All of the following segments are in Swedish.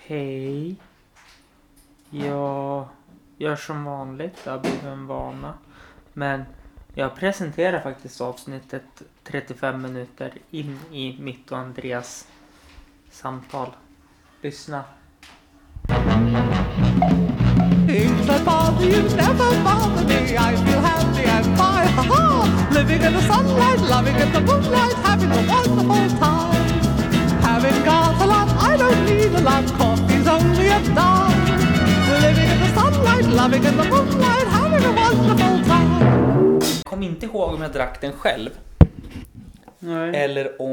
Hej. Jag gör som vanligt, det har blivit en vana. Men jag presenterar faktiskt avsnittet 35 minuter in i mitt och Andreas samtal. Lyssna. Things that bother you never bother me. I feel happy and fine. Ha-ha! Living in the sunlight, loving in the moonlight, having a wonderful time. Having got a lot, I don't need a lot. Coffee's only a dime. Living in the sunlight, loving in the moonlight, having a wonderful time. Kom inte ihåg om jag drack den själv. Nej. Eller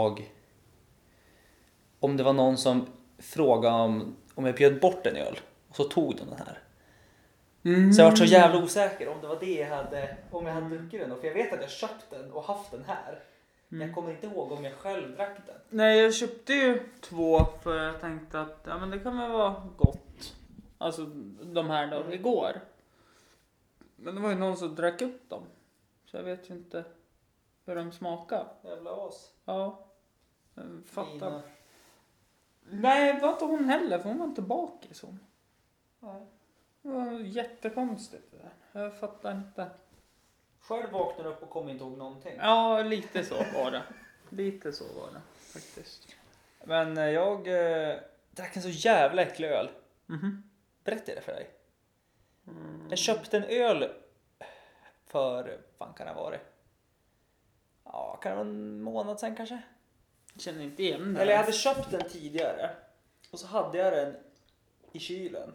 om det var någon som frågade om jag bjöd bort en öl. Och så tog de den här. Så jag var så jävla osäker om det var det jag hade, om jag hade druckit den. För jag vet att jag köpt den och haft den här. Men jag kommer inte ihåg om jag själv drack den. Nej, jag köpte ju 2 för jag tänkte att ja, men det kan väl vara gott. Alltså de här då, igår. Men det var ju någon som drack upp dem. Så jag vet ju inte hur de smakar. Jävla as. Ja, jag fattar. Fina. Nej, det var inte hon heller, för hon var inte bakis hon. Nej. Det var jättekonstigt det där. Jag fattar inte. Själv vaknade upp och kom inte ihåg någonting. Ja, lite så var det. Lite så var det faktiskt. Men jag drack en så jävla äcklig öl. Mhm. Berättade jag det för dig? Jag köpte en öl för, fan kan det ha varit? Ja, kan det vara en månad sedan kanske? Känner inte igen det. Eller jag hade köpt den tidigare. Och så hade jag den i kylen.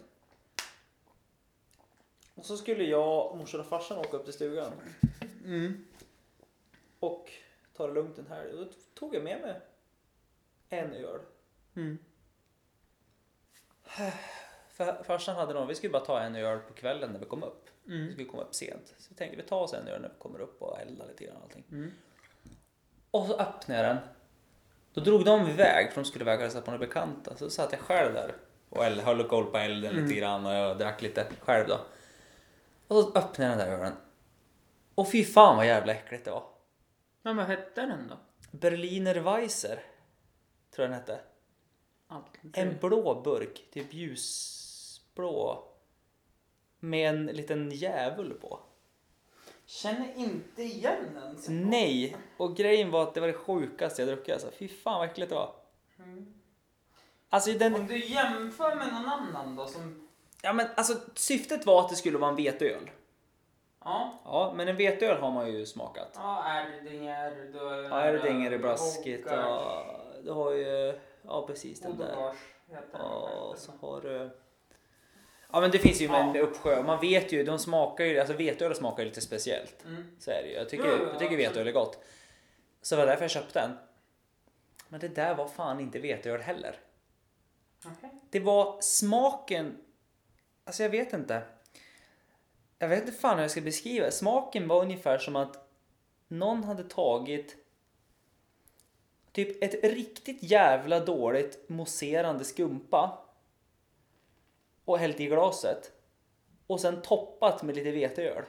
Och så skulle jag, morsan och farsan åka upp till stugan. Och ta det lugnt den här. Och då tog jag med mig en öl. För farsan hade någon, vi skulle bara ta en öl på kvällen när vi kom upp. Vi skulle komma upp sent. Så vi tänkte vi tar oss en öl när vi kommer upp och eldar lite grann och allting. Och så öppnade jag den. Då drog de iväg för de skulle väga sig på några bekanta. Så satt jag själv där och höll koll på elden lite grann och jag drack lite själv då. Och så öppnade jag den där ölen. Och fy fan vad jävla äckligt det var. Men vad hette den då? Berliner Weisser tror jag den hette. En blå burk, typ ljusblå. Med en liten djävul på. Känner inte igen den. Nej, och grejen var att det var det sjukaste jag druckit. Alltså. Fy fan vad äckligt det var. Alltså den... Om du jämför med någon annan då som... Ja men alltså syftet var att det skulle vara en veteöl. Ja. Ja, men en veteöl har man ju smakat. Ja, Erdinger. Ja, Erdinger är blaskigt. Ja, du har ju... Ja, precis den där. Ja, så har du... Ja, men det finns ju en uppsjö. Man vet ju, de smakar ju... Alltså veteöl smakar ju lite speciellt. Så är det ju. Jag tycker veteöl är gott. Så det var därför jag köpte den. Men det där var fan inte veteöl heller. Okay. Det var smaken... Alltså jag vet inte. Jag vet inte fan hur jag ska beskriva. Smaken var ungefär som att någon hade tagit typ ett riktigt jävla dåligt mousserande skumpa och hällt i glaset och sen toppat med lite veteöl.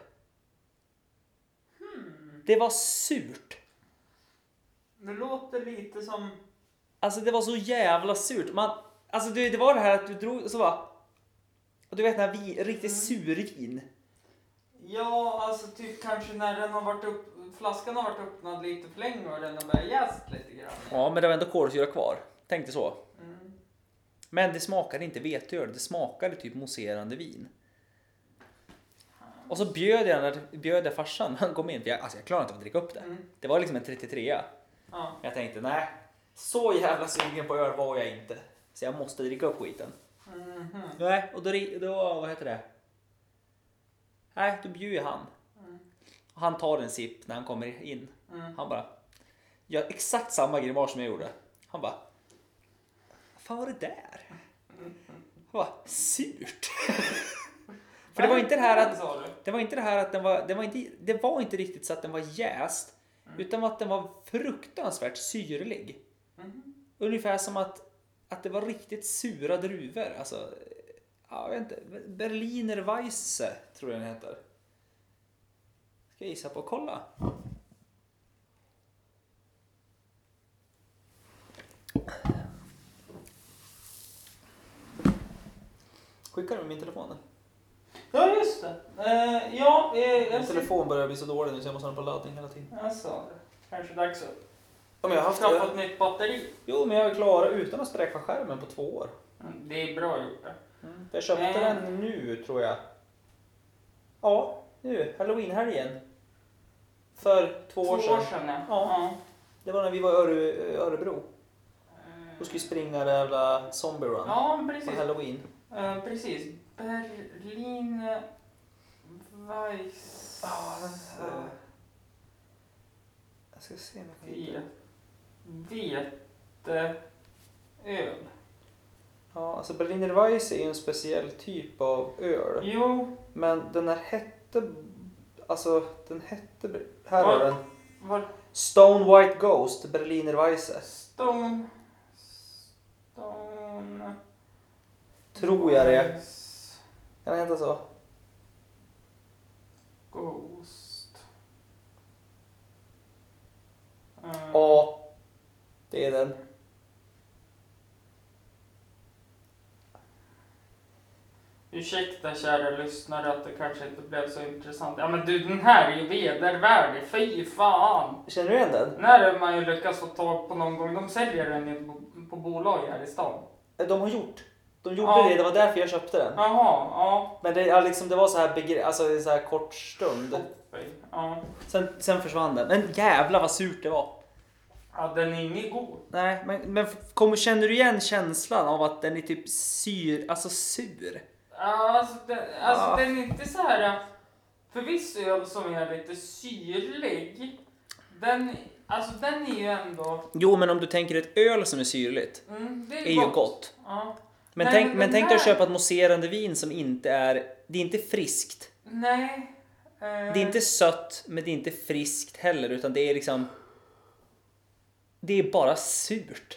Det var surt. Det låter lite som... Alltså det var så jävla surt. Alltså det var det här att du drog så va. Och du vet när riktigt survin. Ja, alltså typ kanske när den har varit flaskan har varit öppnad lite för länge och den har börjat jäst lite grann. Ja, men det var ändå kolsyra kvar. Tänkte så. Men det smakade inte veteöl. Det smakade typ mousserande vin. Och så bjöd jag farsan. Han kom in. För jag klarade inte av att dricka upp det. Det var liksom en 33. Ja. Jag tänkte, nej. Så jävla sugen på öl var jag inte. Så jag måste dricka upp skiten. Nej, och då vad heter det? Nej, då bjuder han. Han tar en sipp när han kommer in. Han bara gör exakt samma grimas som jag gjorde. Han bara, vad fan var det där? Han bara, surt. För det var inte det här att det var inte riktigt så att den var jäst, utan att den var fruktansvärt syrlig. Ungefär som att det var riktigt sura druvor. Alltså, jag vet inte. Berliner Weisse tror jag den heter. Ska jag gissa på? Kolla. Skickar du min telefon? Ja, just det. Ja, Min telefon börjar bli så dålig nu så jag måste ha den på laddning hela tiden. Jag sa det. Kanske dags att Ja, men jag har haft skaffa ett nytt batteri. Jo, men jag är klar utan att spräcka skärmen på 2 år. Det är bra gjort det. Jag köpte den nu, tror jag. Ja, nu. Halloween-helgen. För 2 år sedan. 2 år sedan, ja. Ja. Det var när vi var i Örebro. Då skulle vi springa det jävla zombie run. Ja, precis. På Halloween. Precis. Berlin Weiss. Jag ska se om jag kan hitta. Veteöl. Ja, alltså Berliner Weiss är ju en speciell typ av öl. Jo. Men den här hette... Alltså, den hette... Här har den. Var? Stone White Ghost, Berliner Weisse. Stone... Tror jag det. Kan det heta så? Ghost. Ja, det är den. Ursäkta kära lyssnare att det kanske inte blev så intressant. Ja men du, den här är ju vedervärdig. Fy fan. Känner du igen den? När har man ju lyckats få tag på någon gång. De säljer den ju på bolag här i stan. De har gjort. De gjorde det var därför jag köpte den. Jaha, ja. Men det, liksom, det var så här, alltså, så här kort stund. Ja. Sen försvann den. Men jävlar vad surt det var. Ja, den är ingen god. Nej, men känner du igen känslan av att den är typ sur? Ja, alltså den är inte så här. För viss öl som är lite syrlig. Den är ju ändå... Jo, men om du tänker ett öl som är syrligt. Det är ju gott. Ja. Men tänk dig att köpa ett mousserande vin som inte är... Det är inte friskt. Nej. Det är inte sött, men det är inte friskt heller. Utan det är liksom... Det är bara surt.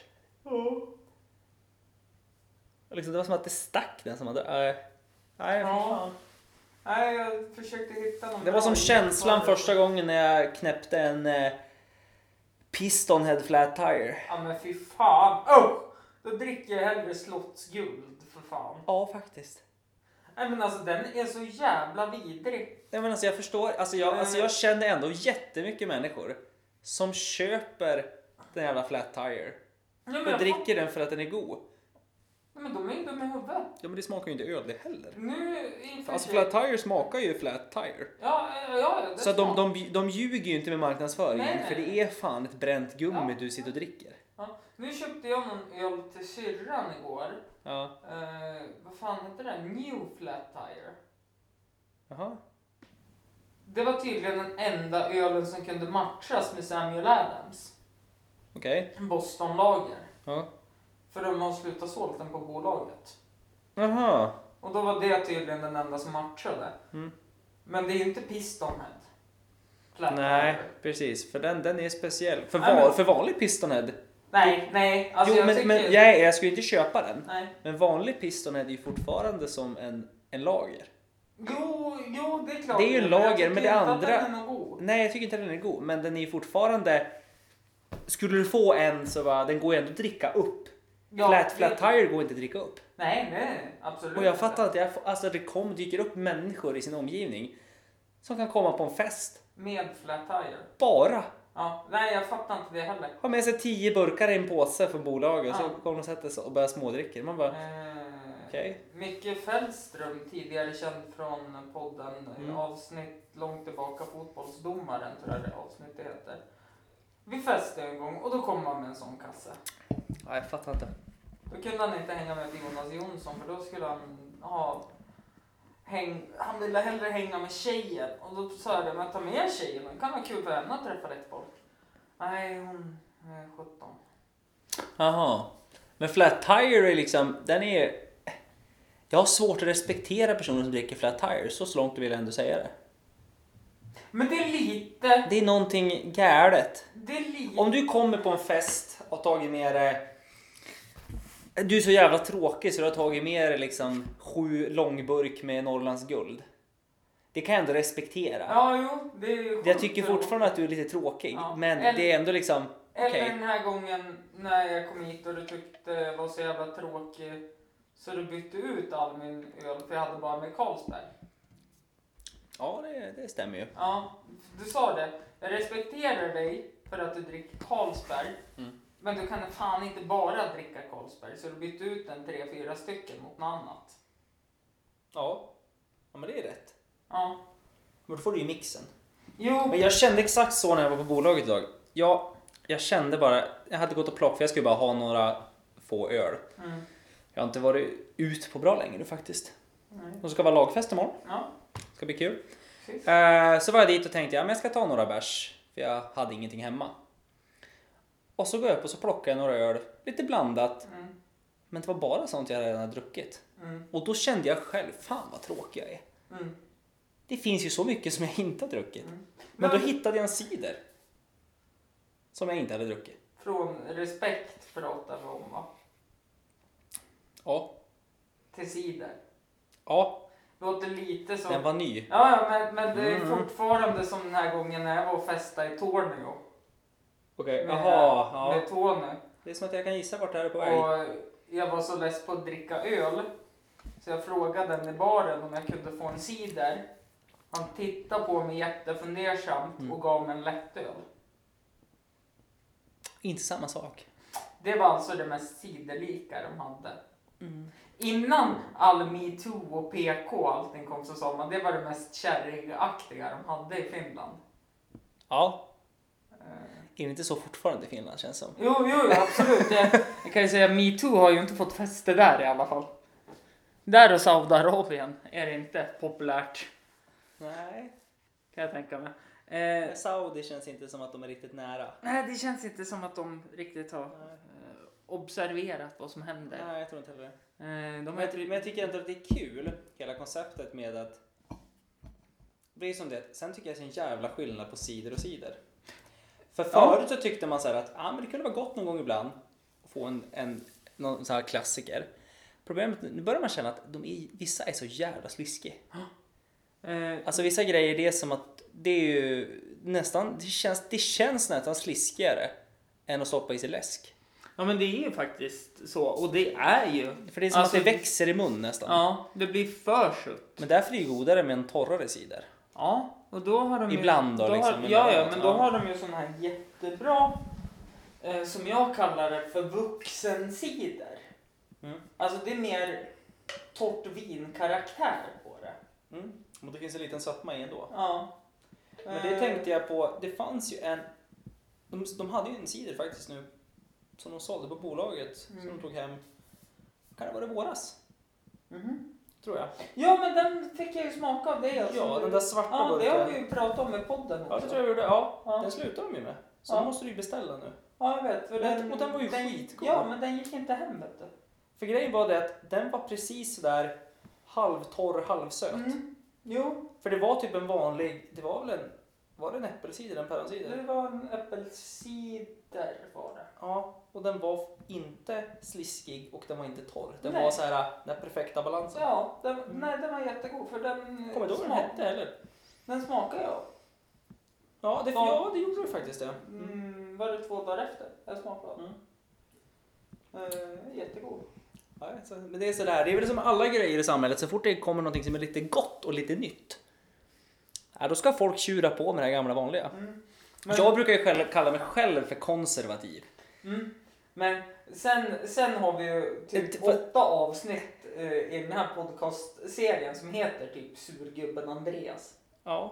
Liksom, det var som att det stack den som hade... Nej, ja. Nej, jag försökte hitta någon. Det var som känslan första gången när jag knäppte en Pistonhead Flat Tire. Ja men fy fan. Då dricker jag hellre Slottsguld för fan. Ja, faktiskt. Nej men alltså den är så jävla vidrig. Nej men alltså jag förstår. Jag känner ändå jättemycket människor som köper den jävla Flat Tire. Ja, och dricker den för att den är god. Ja, men de är inte med huvudet. Ja men det smakar ju inte öl det heller. Nu alltså Flat Tire smakar ju Flat Tire. Ja. Det så de ljuger ju inte med marknadsföringen. Nej. För det är fan ett bränt gummi du sitter och dricker. Ja. Nu köpte jag någon öl till syrran igår. Ja. Vad fan heter det? New Flat Tire. Jaha. Det var tydligen den enda ölen som kunde matchas med Samuel Adams. Okej. En Boston-lager. Ja. För de har slutat sålt den på bolaget. Jaha. Och då var det tydligen den enda som matchade. Men det är ju inte Pistonhead. Nej, precis. För den är speciell. Nej, För vanlig Pistonhead. Nej. Alltså jo, men jag skulle inte köpa den. Nej. Men vanlig Pistonhead är ju fortfarande som en lager. Jo, det är klart. Det är ju en lager, men det andra... Den är god. Nej, jag tycker inte att den är god. Men den är ju fortfarande... Skulle du få en så var den går ju ändå att dricka upp. Ja, Flat Tire går inte att dricka upp. Nej, absolut. Och jag fattar inte. Alltså det dyker upp människor i sin omgivning som kan komma på en fest. Med Flat Tire. Bara. Ja, nej jag fattar inte det heller. Har med sig 10 burkar i en påse från bolaget. Så kommer de sätta sig och börja smådricka. Man bara... Okej. Micke Fällström, tidigare känd från podden avsnitt långt tillbaka, fotbollsdomaren tror jag det avsnittet heter. Vi festade en gång och då kom man med en sån kasse. Ja, jag fattar inte. Då kunde han inte hänga med Jonas Jonsson för då skulle han ville hellre hänga med tjejen. Och då sa jag men ta med tjejen, det kan vara kul för henne att träffa rätt folk. Nej, hon är 17. Jaha. Men Flat Tire är liksom, den är... Jag har svårt att respektera personer som dricker Flat Tire. Så långt vill jag ändå säga det. Men det är lite... Det är någonting galet. Det är lite... Om du kommer på en fest och tagit med dig... Du är så jävla tråkig så du har tagit med dig liksom 7 långburk med Norrlands guld. Det kan jag ändå respektera. Ja, jo. Det är jag tycker fortfarande att du är lite tråkig. Ja. Men det är ändå liksom... Eller den här gången när jag kom hit och du tyckte det var så jävla tråkig Så du bytte ut all min öl för jag hade bara med Carlsberg. Ja, det stämmer ju. Ja, du sa det. Jag respekterar dig för att du dricker Carlsberg. Men du kan fan inte bara dricka Carlsberg. Så du bytte ut en 3-4 stycken mot något annat. Ja, men det är rätt. Ja. Men då får du ju mixen. Jo. Men jag kände exakt så när jag var på bolaget idag. Jag kände bara, jag hade gått och plockat för jag skulle bara ha några få öl. Jag har inte varit ut på bra längre faktiskt. Och så ska vara lagfest imorgon. Ja. Ska bli kul. Så var jag dit och tänkte men jag ska ta några bärs. För jag hade ingenting hemma. Och så går jag upp och så plockar jag några öl. Lite blandat. Men det var bara sånt jag redan hade druckit. Och då kände jag själv, fan vad tråkig jag är. Det finns ju så mycket som jag inte har druckit. Men då hittade jag en cider. Som jag inte hade druckit. Från respekt pratar vi om, va? Ja. Till cider. Ja. Låter lite som... Den var ny. Ja, men det är fortfarande som den här gången när jag var och festade i Tornio. Okej, Med, jaha. Ja. med Tony. Det är som att jag kan gissa vart det här är på väg. Och jag var så less på att dricka öl. Så jag frågade den i baren om jag kunde få en cider. Han tittade på mig jättefundersamt och gav mig en lättöl. Inte samma sak. Det var alltså det mest ciderlika de hade. Innan all MeToo och PK och allting kom så sa man det var det mest kärringaktiga de hade i Finland. Ja. Är det inte så fortfarande i Finland känns som? Jo, absolut. Jag kan ju säga MeToo har ju inte fått fäste där i alla fall. Där och Saudiarabien är det inte populärt. Nej. Kan jag tänka mig. Saudi känns inte som att de är riktigt nära. Nej, det känns inte som att de riktigt har observerat vad som händer. Nej, jag tror inte heller. Men jag tycker inte att det är kul, hela konceptet med att... Det är som det. Sen tycker jag det är en jävla skillnad på cider och cider. För förut så tyckte man så här att men det kunde vara gott någon gång ibland att få någon så här klassiker. Problemet nu börjar man känna att vissa är så jävla sliskiga. Alltså vissa grejer det är som att det är ju nästan det känns nästan sliskigare än att stoppa i sig läsk. Ja, men det är ju faktiskt så. Och det är ju. För det är som att det växer i mun nästan. Ja, det blir för sött. Men därför är det godare med en torrare cider. Ja, och då har de ibland ju, då liksom. men då har de ju sån här jättebra som jag kallar det för vuxencider. Alltså det är mer torrt vinkaraktär på det. Och det finns en liten sötma i ändå. Ja. Men det tänkte jag på, det fanns ju de hade ju en cider faktiskt nu som de sålde på bolaget som de tog hem. Kan det vara våras? Tror jag. Ja, men den fick jag ju smaka av det. Ja, den där svarta burken. Ja, det har vi ju pratat om i podden också. Ja, det tror jag gjorde. Ja. Den slutar de ju med. Så den måste du ju beställa nu. Ja, jag vet. För den var ju skitgod. Ja, men den gick inte hem, vet du. För grejen var det att den var precis sådär halvtorr, halvsöt. Jo. För det var typ en vanlig, var det en äppelcider, en päroncider? Det var en äppelcider var det. Ja, och den var inte sliskig och den var inte torr. Den var så här den perfekta balansen. Ja, den var jättegod för den kommer du ihåg vad den hette eller? Den smakade jag. Ja, det gjorde du faktiskt det. Var det 2 dagar efter jag smakade. Jättegod. Ja, men det är sådär, det är väl som alla grejer i samhället, så fort det kommer någonting som är lite gott och lite nytt. Ja, då ska folk tjura på med det här gamla vanliga. Jag brukar ju kalla mig själv för konservativ. Men sen har vi ju typ 8 avsnitt i den här podcastserien som heter typ Surgubben Andreas. Ja.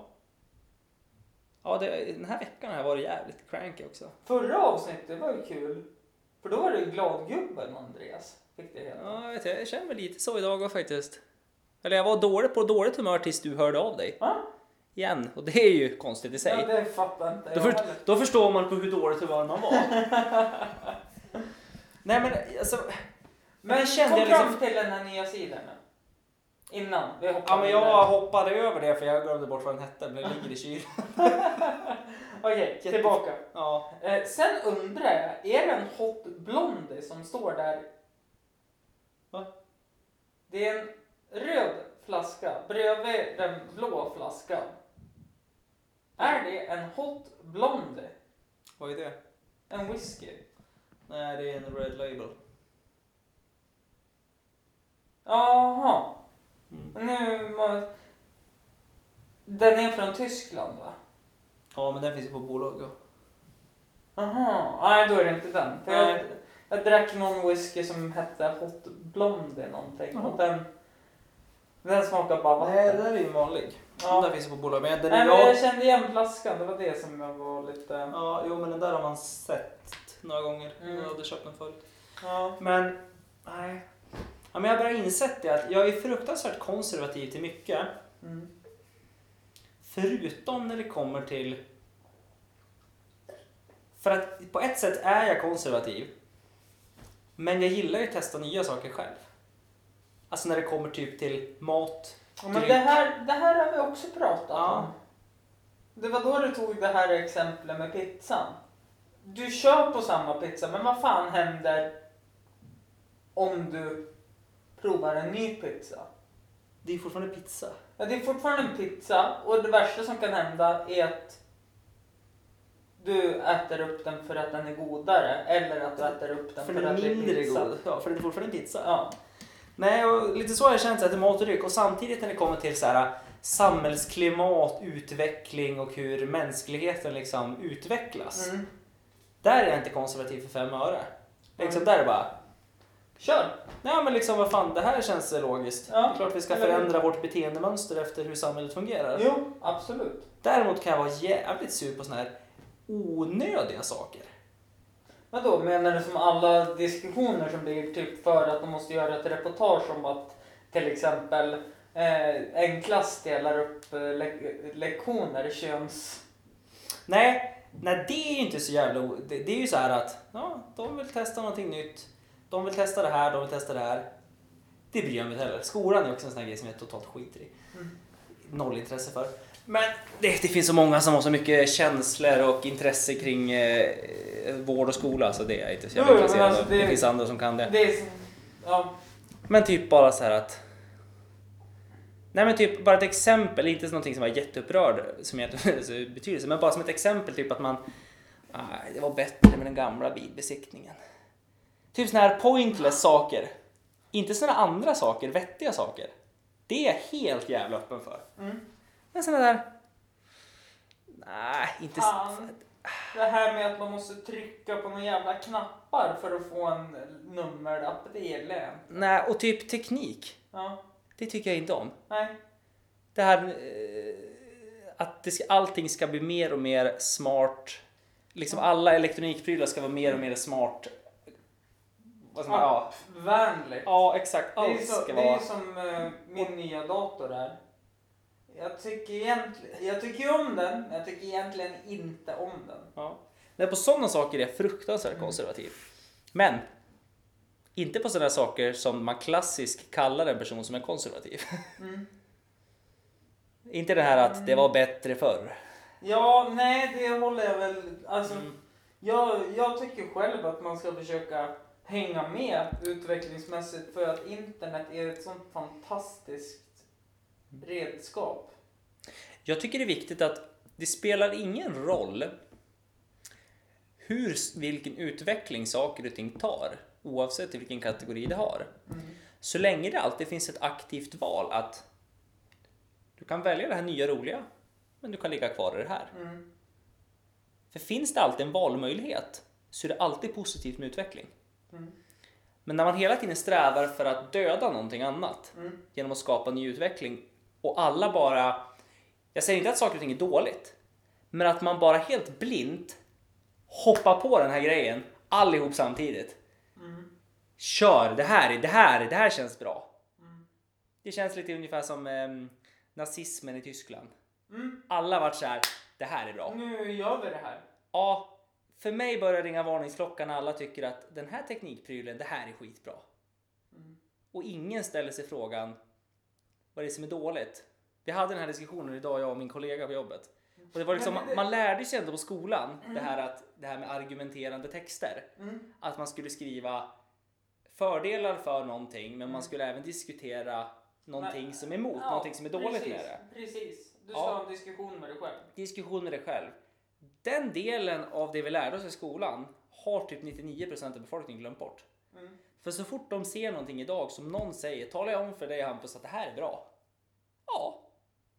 Ja, den här veckan har jag varit jävligt cranky också. Förra avsnittet var ju kul. För då var det ju Gladgubben Andreas. Fick det heta. Ja, jag känner mig lite så idag faktiskt. Eller jag var på dåligt humör tills du hörde av dig. Igen, och det är ju konstigt i sig. Ja, det fattar inte då förstår man på hur dåligt humör man var. Nej men alltså... Men kände kom jag fram till den här nya sidan nu. Innan vi hoppade. Ja, men jag hoppade över det för jag glömde bort vad den hette. Men den ligger i kyl. Okej, tillbaka. Ja. Sen undrar jag, är det en hot blondie som står där? Va? Det är en röd flaska bredvid den blå flaskan. Är det en hot blondie? Vad är det? En whisky? Nej, det är en red label. Den är från Tyskland va? Ja, men den finns ju på bolag. Ja. Aha, nej då är det inte den. För Nej. jag drack någon whisky som hette Hot Blondie någonting. Aha. Och den smakar bara vatten. Nej, den är ju vanlig. Ja. Den finns ju på bolag. Men den Nej, är men jag kände igen flaskan, det var det som jag var lite... Ja, jo men den där har man sett några gånger. Mm. Jag hade köpt den förut. Ja. Men, nej. Ja, men jag har bara insett det att jag är fruktansvärt konservativ till mycket. Mm. Förutom när det kommer till... För att på ett sätt är jag konservativ. Men jag gillar ju att testa nya saker själv. Alltså när det kommer typ till mat. Ja, men dryck. det här har vi också pratat Ja. om. Det var då du tog det här exemplet med pizzan. Du kör på samma pizza, men vad fan händer om du provar en ny pizza? Det är fortfarande pizza. Ja, det är fortfarande en pizza och det värsta som kan hända är att du äter upp den för att den är godare eller att du äter upp den För för den att är det är mindre pizza. god. Ja, för det är fortfarande pizza. Ja. Nej, och lite så har jag känt att det är mat och dryck. Och samtidigt när det kommer till så här samhällsklimat, utveckling och hur mänskligheten liksom utvecklas. Mm. Där är jag inte konservativ för 5 öre. Liksom Mm. där är det bara, Kör! nej men liksom vad fan, det här känns logiskt. Ja, Det är klart vi ska eller hur? förändra vårt beteendemönster efter hur samhället fungerar. Jo, absolut. Däremot kan jag vara jävligt sur på såna här onödiga saker. Vadå, menar du som alla diskussioner som blir typ för att de måste göra ett reportage om att till exempel en klass delar upp lektioner Nej, det är ju inte så jävla... Det är ju så här att ja, de vill testa någonting nytt. De vill testa det här, de vill testa det här. Det bryr jag mig inte heller. Skolan är också en sån här grej som jag totalt skiter i. Noll intresse för. Men det finns så många som har så mycket känslor och intresse kring vård och skola. Så det är jag inte så jävla Jo, men intresserad alltså av. det- Det finns andra som kan det. Det är, ja. Men typ bara så här att... Nej men typ bara ett exempel, inte någonting som var jätteupprörd som jag inte så betydelse, men bara som ett exempel typ att man det var bättre med den gamla bilbesiktningen. Typ såna här pointless saker. Inte såna andra saker, vettiga saker. Det är jag helt jävla öppen för. Mm. Men såna där... Nej, inte... Fan. Det här med att man måste trycka på några jävla knappar för att få en nummerlapp, det är eländigt. Nej, och typ teknik. Ja. Det tycker jag inte om. Nej. Det här att allting ska bli mer och mer smart. Liksom alla elektronikprylar ska vara mer och mer smart. Vad ska man, ja. Vänligt. Ja, exakt. Det är, Allt så, ska det är vara... som min nya dator är. Jag tycker om den, men jag tycker egentligen inte om den. Ja. Nej, på sådana saker är jag fruktansvärt konservativ. Men inte på sådana saker som man klassiskt kallar en person som är konservativ. Mm. Inte det här att det var bättre förr. Ja, nej, det håller jag väl... Alltså, jag tycker själv att man ska försöka hänga med utvecklingsmässigt för att internet är ett sånt fantastiskt redskap. Jag tycker det är viktigt att det spelar ingen roll vilken utveckling saker och ting tar, oavsett i vilken kategori det har. Så länge det alltid finns ett aktivt val att du kan välja det här nya roliga, men du kan ligga kvar i det här. Mm. För finns det alltid en valmöjlighet så är det alltid positivt med utveckling. Mm. Men när man hela tiden strävar för att döda någonting annat Mm. genom att skapa ny utveckling och alla bara, jag säger inte att saker och ting är dåligt, men att man bara helt blint hoppar på den här grejen allihop samtidigt. Mm. Kör, det här känns bra. Det känns lite ungefär som nazismen i Tyskland. Mm. Alla varit så här, det här är bra. Nu gör vi det här. Ja, för mig börjar ringa varningsklockan när alla tycker att den här teknikprylen, det här är skitbra. Och ingen ställer sig frågan, vad är det som är dåligt? Vi hade den här diskussionen idag, jag och min kollega på jobbet. Och det var liksom, man lärde sig ändå på skolan det här med argumenterande texter. Att man skulle skriva fördelar för någonting, men man skulle även diskutera någonting som är emot, någonting som är dåligt med det. Precis, du ska ha en diskussion med dig själv. Diskussion med dig själv. Den delen av det vi lärde oss i skolan har typ 99% av befolkningen glömt bort. För så fort de ser någonting idag som någon säger, talar jag om för dig Hampus att det här är bra. Ja,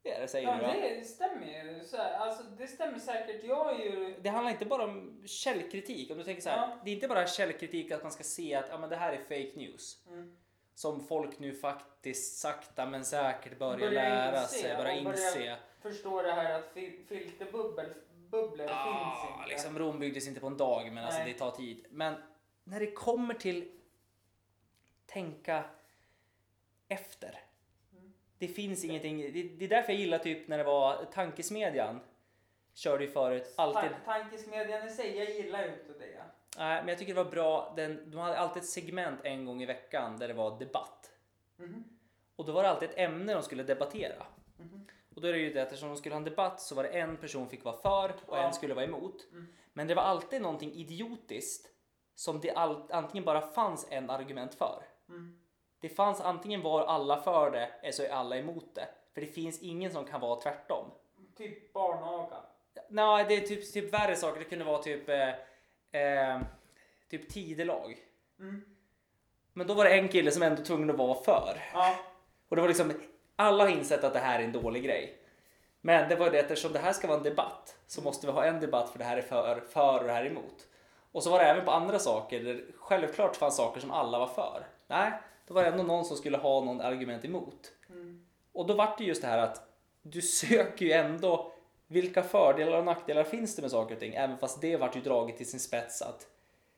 Det säger Ja, du, va? det stämmer ju. Alltså, det stämmer säkert. Jag är ju... Det handlar inte bara om källkritik. Om du tänker så här, Ja. det är inte bara källkritik att man ska se att ja, men det här är fake news. Som folk nu faktiskt sakta men säkert börjar lära sig, börjar inse. Förstå det här att filterbubblor finns inte. Liksom Rom byggdes inte på en dag, men alltså, det tar tid. Men när det kommer till tänka efter. Det finns ingenting. Det är därför jag gillar typ när det var Tankesmedjan. Körde ju förut alltid. Tankesmedjan i sig, jag gillar ju inte det. Nej, men jag tycker det var bra. De hade alltid ett segment en gång i veckan där det var debatt. Och då var det alltid ett ämne de skulle debattera. Och då är det ju det, eftersom de skulle ha en debatt så var det en person fick vara för och en skulle vara emot. Men det var alltid någonting idiotiskt som det antingen bara fanns en argument för. Det fanns antingen var alla för det eller så är alla emot det. För det finns ingen som kan vara tvärtom. Typ barnaga. Nej, det är typ värre saker. Det kunde vara typ tidelag. Men då var det en kille som ändå tvungen att vara för. Ja. Och det var liksom, alla har insett att det här är en dålig grej. Men det var det, eftersom det här ska vara en debatt så måste vi ha en debatt för det här är för och det här är emot. Och så var det även på andra saker där självklart fanns saker som alla var för. Nej, då var det ändå någon som skulle ha någon argument emot. Och då var det just det här att du söker ju ändå vilka fördelar och nackdelar finns det med saker och ting. Även fast det vart ju draget till sin spets att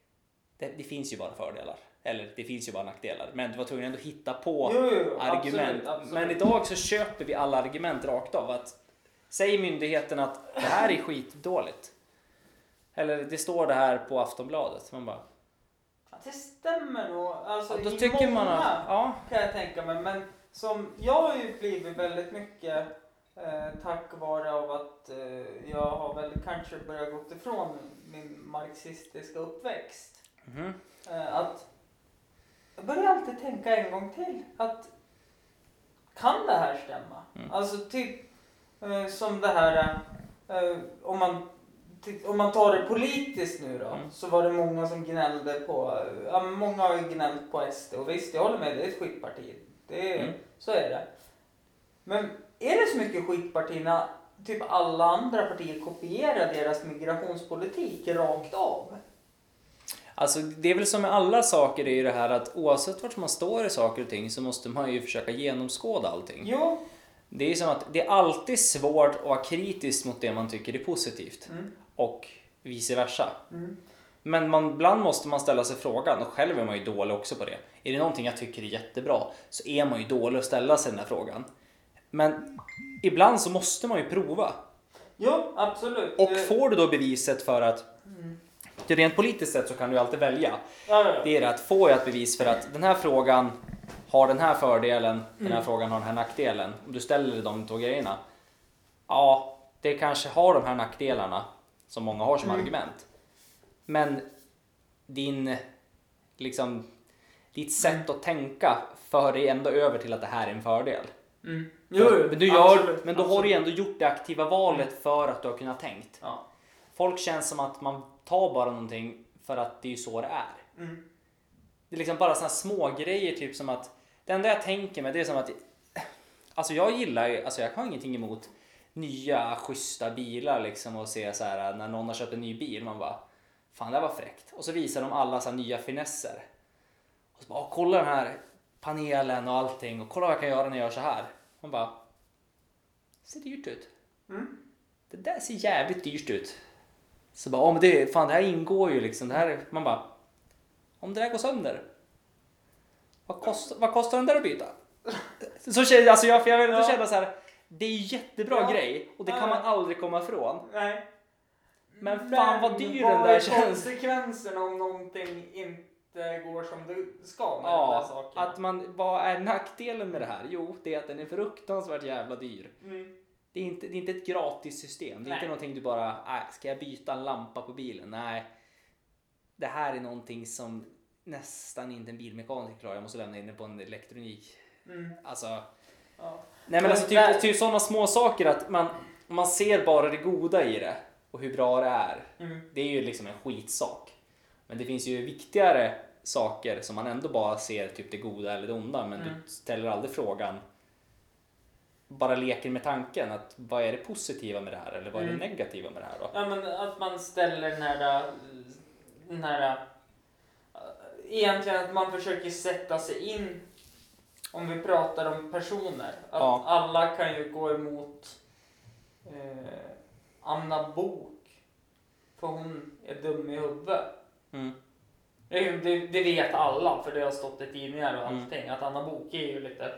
det finns ju bara fördelar. Eller det finns ju bara nackdelar. Men du var tvungen ändå hitta på argument. Absolut. Men idag så köper vi alla argument rakt av. Att säger myndigheten att det här är skitdåligt. Eller det står det här på Aftonbladet. Man bara... Det stämmer nog. Alltså, då tycker man att... Ja. Kan jag tänka mig. Men som jag har ju blivit väldigt mycket tack vare av att jag har väl kanske börjat gå ifrån min marxistiska uppväxt. Att jag börjar alltid tänka en gång till att kan det här stämma? Alltså typ som det här om man tar det politiskt nu då, så var det många som gnällde på, många har ju gnällt på SD och visst, jag håller med, det är ett skitparti. Så är det. Men är det så mycket skitparti när typ alla andra partier kopierar deras migrationspolitik rakt av? Alltså det är väl som med alla saker, det är ju det här att oavsett vart man står i saker och ting så måste man ju försöka genomskåda allting. Jo. Det är som att det är alltid svårt att vara kritisk mot det man tycker är positivt. Och vice versa. Men ibland måste man ställa sig frågan, och själv är man ju dålig också på det. Är det någonting jag tycker är jättebra så är man ju dålig att ställa sig den här frågan. Men ibland så måste man ju prova. Jo, absolut. Och får du då beviset för att rent politiskt sett så kan du alltid välja. Det är att få ett bevis för att den här frågan har den här fördelen, den här frågan har den här nackdelen. Om du ställer de två grejerna. Ja, det kanske har de här nackdelarna som många har som argument. Men ditt sätt att tänka för dig ändå över till att det här är en fördel. Men då har du ju ändå gjort det aktiva valet för att du har kunnat tänkt. Ja. Folk känns som att man tar bara någonting för att det är ju så det är. Det är liksom bara såna små grejer, typ som att det enda jag tänker med det är som att alltså jag har ingenting emot nya schyssta bilar liksom, och se så här när någon har köpt en ny bil, man bara fan, det var fräckt, och så visar de alla så här nya finesser och så bara kolla den här panelen och allting, och kolla vad jag kan göra när jag gör så här. Man bara, ser dyrt ut. Det där ser jävligt dyrt ut. Så bara, men det här ingår ju liksom, det här, man bara, om det där går sönder, vad kostar den där att byta? Så känner alltså jag känner så här, det är jättebra grej och det kan man aldrig komma ifrån. Nej. Men fan vad dyr den där känns. Konsekvenserna om någonting inte går som det ska med den där saken. Vad är nackdelen med det här? Jo, det är att den är fruktansvärt jävla dyr. Det är inte ett gratis system. Det är inte någonting du bara, ska jag byta en lampa på bilen? Nej. Det här är någonting som nästan inte en bilmekaniker klarar. Jag måste lämna in det på en elektronik. Alltså, nej, men alltså typ sådana små saker att man ser bara det goda i det och hur bra det är. Det är ju liksom en skitsak. Men det finns ju viktigare saker som man ändå bara ser typ det goda eller det onda, men du ställer aldrig frågan bara leker med tanken att vad är det positiva med det här eller vad är det negativa med det här då? Ja, men att man ställer den här egentligen att man försöker sätta sig in, om vi pratar om personer, att alla kan ju gå emot Anna Bok för hon är dum i huvudet. Det vet alla, för det har stått i tidningar och allting, att Anna Bok är ju lite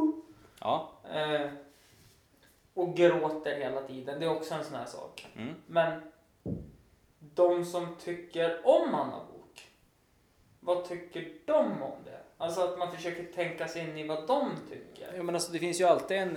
och gråter hela tiden. Det är också en sån här sak. Men de som tycker om Anna Bok, vad tycker de om det? Alltså att man försöker tänka sig in i vad de tycker. Ja, men alltså det finns ju alltid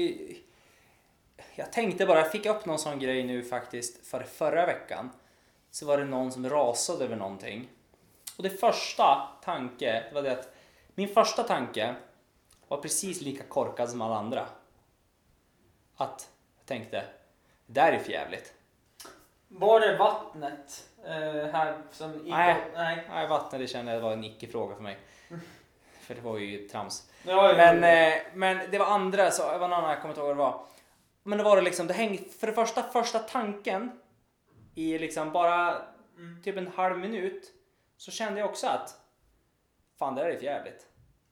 jag tänkte bara, jag fick upp någon sån grej nu faktiskt förra veckan. Så var det någon som rasade över någonting. Och det första tanke var det att min första tanke var precis lika korkad som alla andra. Att jag tänkte, det där är för jävligt. Var det vattnet här som... Nej, vattnet det kände jag var en icke-fråga för mig. För det var ju trams. Men det var andra, så det var någon jag kommer inte ihåg vad det var. Men det var det liksom, det hängde, för det första tanken i liksom bara typ en halv minut så kände jag också att fan, det där är för jävligt.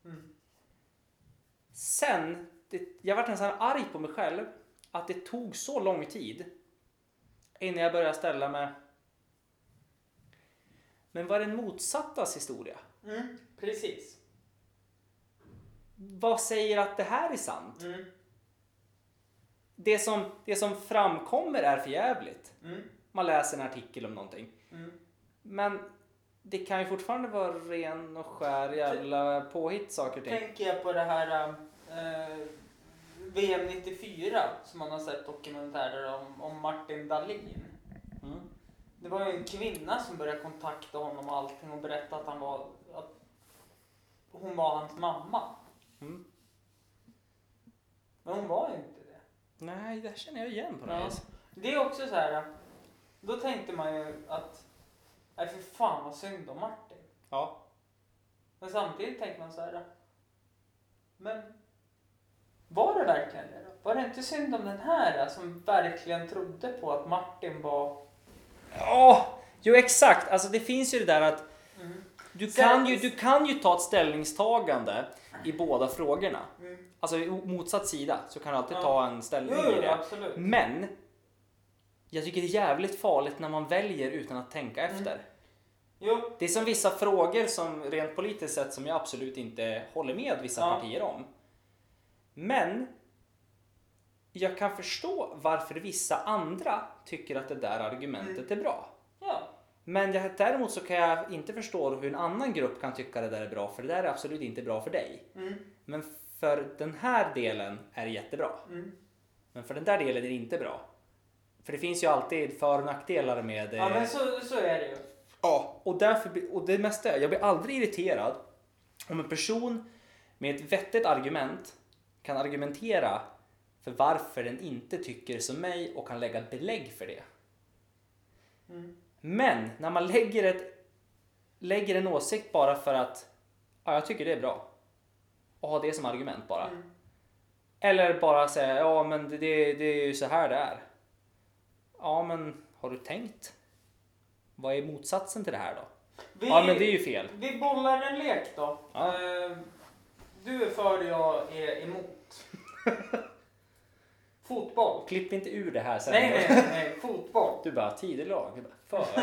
Sen, jag var nästan arg på mig själv att det tog så lång tid innan jag började ställa mig. Men var det en motsattas historia? Precis. Vad säger att det här är sant? Det som framkommer är för jävligt. Man läser en artikel om någonting. Men det kan ju fortfarande vara ren och skär jävla påhitt saker och ting. Tänker jag på det här VM 94 som man har sett dokumentärer om Martin Dahlin. Det var ju en kvinna som började kontakta honom och allting och berätta att hon var hans mamma. Men hon var ju inte det. Nej, det känner jag igen på det. Det är också så här. Då tänkte man ju att nej, för fan vad synd om Martin. Ja. Men samtidigt tänkte man så här. Men var det verkligen det då? Var det inte synd om den här som verkligen trodde på att Martin var... Ja, jo exakt. Alltså det finns ju det där att du kan ju ta ett ställningstagande i båda frågorna. Alltså i motsatt sida så kan du alltid ta en ställning i det. Absolut. Men jag tycker det är jävligt farligt när man väljer utan att tänka efter. Jo. Det är som vissa frågor som rent politiskt sett som jag absolut inte håller med vissa partier om. Men jag kan förstå varför vissa andra tycker att det där argumentet är bra. Ja. Men däremot så kan jag inte förstå hur en annan grupp kan tycka det där är bra. För det där är absolut inte bra för dig. Men för den här delen är det jättebra. Men för den där delen är det inte bra. För det finns ju alltid för- och nackdelar med... Ja, men så är det ju. Ja, och det mesta är, jag blir aldrig irriterad om en person med ett vettigt argument kan argumentera för varför den inte tycker som mig och kan lägga belägg för det. Men när man lägger en åsikt bara för att jag tycker det är bra och ha det som argument bara. Eller bara säga men det är ju så här det är. Ja, men har du tänkt? Vad är motsatsen till det här då? Men det är ju fel. Vi bollar en lek då. Ja. Du är för, jag är emot. Fotboll. Klipp inte ur det här sen. Nej, fotboll. Du bara, tidelag. Du bara, för.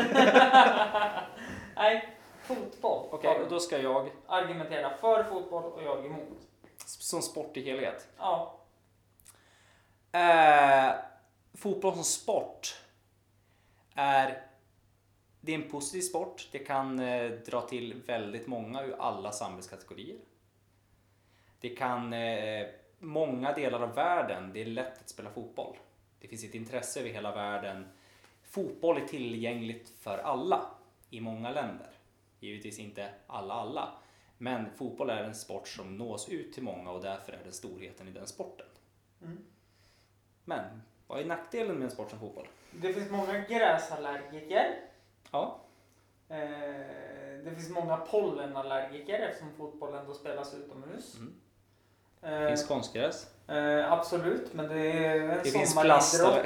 Nej, fotboll. Okej, och då ska jag argumentera för fotboll och jag emot. som sport i helhet. Ja. Fotboll som sport det är en positiv sport. Det kan dra till väldigt många ur alla samhällskategorier. Det kan många delar av världen, det är lätt att spela fotboll. Det finns ett intresse över hela världen. Fotboll är tillgängligt för alla i många länder. Givetvis inte alla. Men fotboll är en sport som nås ut till många och därför är det storheten i den sporten. Men vad är nackdelen med en sport som fotboll? Det finns många gräsallergiker. Ja. Det finns många pollenallergiker eftersom fotbollen då spelas utomhus. Finns konstgräs? Absolut, men det är en Det finns plastare.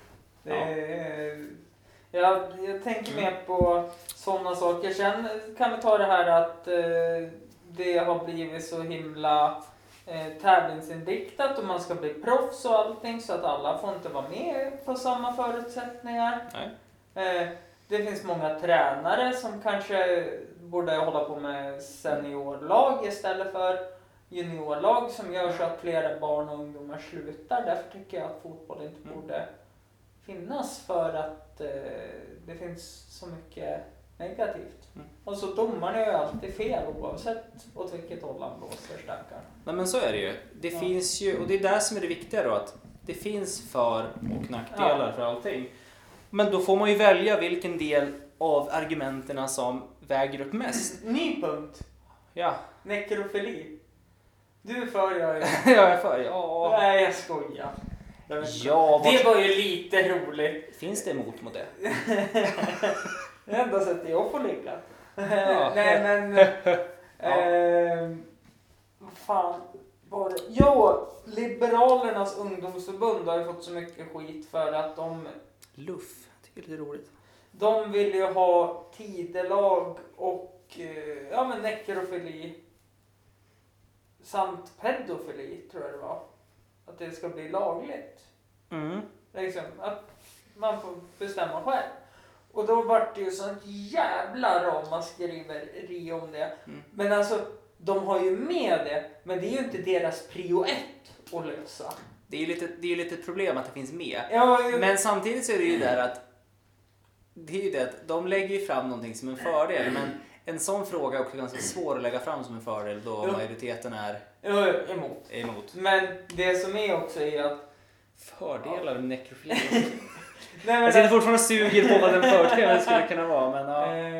Jag tänker mer på sådana saker. Sen kan vi ta det här att det har blivit så himla tävlingsinriktat och man ska bli proffs och allting så att alla får inte vara med på samma förutsättningar. Nej. Det finns många tränare som kanske borde hålla på med seniorlag istället för juniorlag som gör så att flera barn och ungdomar slutar. Därför tycker jag att fotboll inte borde finnas för att det finns så mycket negativt. Och så domarna är ju alltid fel oavsett åt vilket håll han blåser stackaren. Nej, men så är det ju. Det finns ju, och det är där som är det viktiga då, att det finns för- och nackdelar för allting. Men då får man ju välja vilken del av argumenterna som väger upp mest. Ny punkt. Ja. Nekrofili. Du är för, jag är Jag är för, ja. Nej, jag skojar. Ja, Det var ju lite roligt. Finns det emot mot det? Det enda sättet jag får ligga. Ja. Nej men... Vad fan var det? Jo, Liberalernas ungdomsförbund har ju fått så mycket skit för att Luff, jag tycker det är roligt. de vill ju ha tidelag och nekrofili samt pedofili tror jag det var. Att det ska bli lagligt. Liksom, att man får bestämma själv. Och då var det ju sånt jävla ramaskri om det. Men alltså, de har ju med det, men det är ju inte deras prio 1 att lösa. Det är ju lite ett problem att det finns med. Men samtidigt så är det ju där att det är ju det att de lägger ju fram någonting som en fördel, men en sån fråga är också ganska svår att lägga fram som en fördel då majoriteten är emot. Men det som är också är att fördelar med nekrofili. Nej, jag sitter fortfarande och suger på vad den fördelen skulle kunna vara, men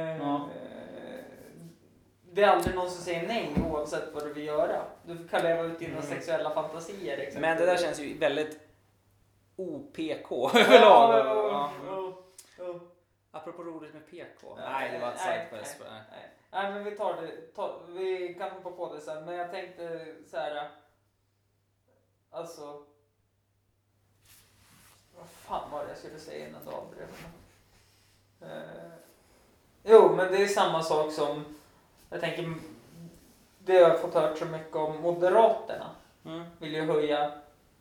det är aldrig någon som säger nej oavsett vad du vill göra. Du kan leva ut dina sexuella fantasier. Exempelvis. Men det där känns ju väldigt OPK överlag. Apropå roligt med PK. Nej, det var ett sidequest. Nej, men vi tar det. Vi kan hoppa på det sen. Men jag tänkte så här. Alltså. Vad fan var det jag skulle säga innan du avbröt mig? Jo, men det är samma sak som. Jag tänker. Det har jag fått hört så mycket om. Moderaterna vill ju höja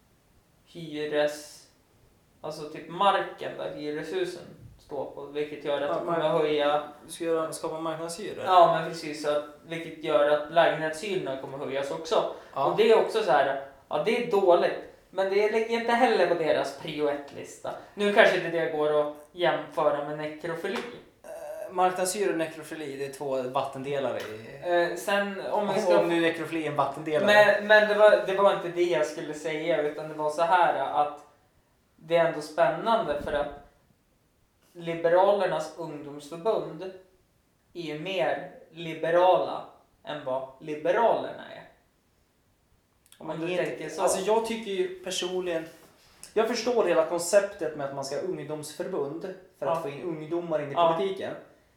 alltså typ marken där hyreshusen står på, vilket gör att de kommer att höja. Du ska skapa marknadshyror? Ja, men precis, vilket gör att lägenhetshyrorna kommer att höjas också. Ja. Och det är också så här, ja det är dåligt, men det ligger inte heller på deras prio 1-lista. Nu kanske det går att jämföra med nekrofili. Marknadshyror och nekrofili, det är två vattendelare sen om vi ska... Om nu nekrofili är en vattendelare. Men det var inte det jag skulle säga, utan det var så här att det är ändå spännande för att Liberalernas ungdomsförbund är ju mer liberala än vad Liberalerna är. Om du tänker så. Alltså jag tycker ju personligen, jag förstår hela konceptet med att man ska ha ungdomsförbund för att få in ungdomar in i politiken.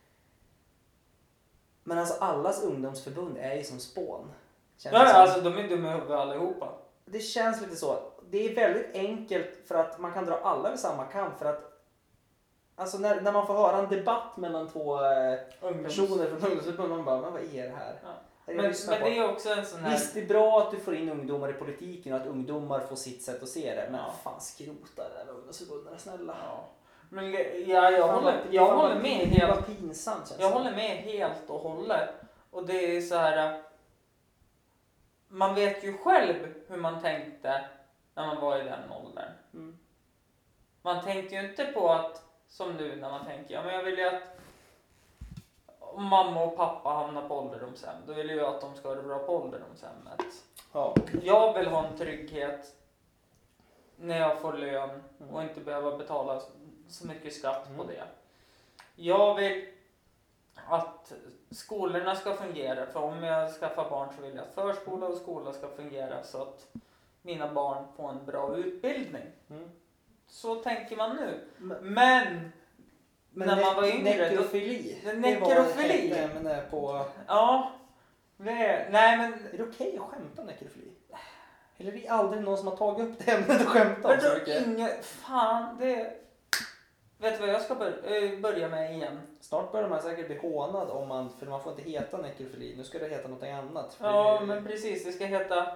Men alltså allas ungdomsförbund är ju som spån. Alltså de är dumma i huvudet allihopa. Det känns lite så. Det är väldigt enkelt för att man kan dra alla över samma kam för att alltså när man får höra en debatt mellan två personer från ungdomsförbund, man bara, men vad är det här? Ja. Men det är också en sån här... Visst, det är bra att du får in ungdomar i politiken och att ungdomar får sitt sätt att se det, men fan skrota det där ungdomsförbunden, snälla. Ja. Men jag håller med helt. Det var pinsamt. Jag håller med helt och hållet. Och det är så här. Man vet ju själv hur man tänkte när man var i den åldern. Man tänkte ju inte på att, som nu när man tänker, ja men jag vill ju att om mamma och pappa hamnar på ålderdomshem, då vill jag att de ska ha det bra på ålderdomshemmet. Ja. Jag vill ha en trygghet när jag får lön och inte behöva betala så mycket skatt på det. Jag vill att skolorna ska fungera, för om jag skaffar barn så vill jag att förskola och skola ska fungera så att mina barn får en bra utbildning. Så tänker man nu. Men när man var yngre... Nekrofili. Nekrofili. Men på... Ja. Nej men... Är det okej att skämta om nekrofili? Eller det är aldrig någon som har tagit upp det ämnet och skämtat om så mycket. Fan, det... Vet du vad jag ska börja med igen? Snart börjar man säkert bli hånad om man... För man får inte heta nekrofili. Nu ska det heta något annat. Ja, men precis. Det ska heta...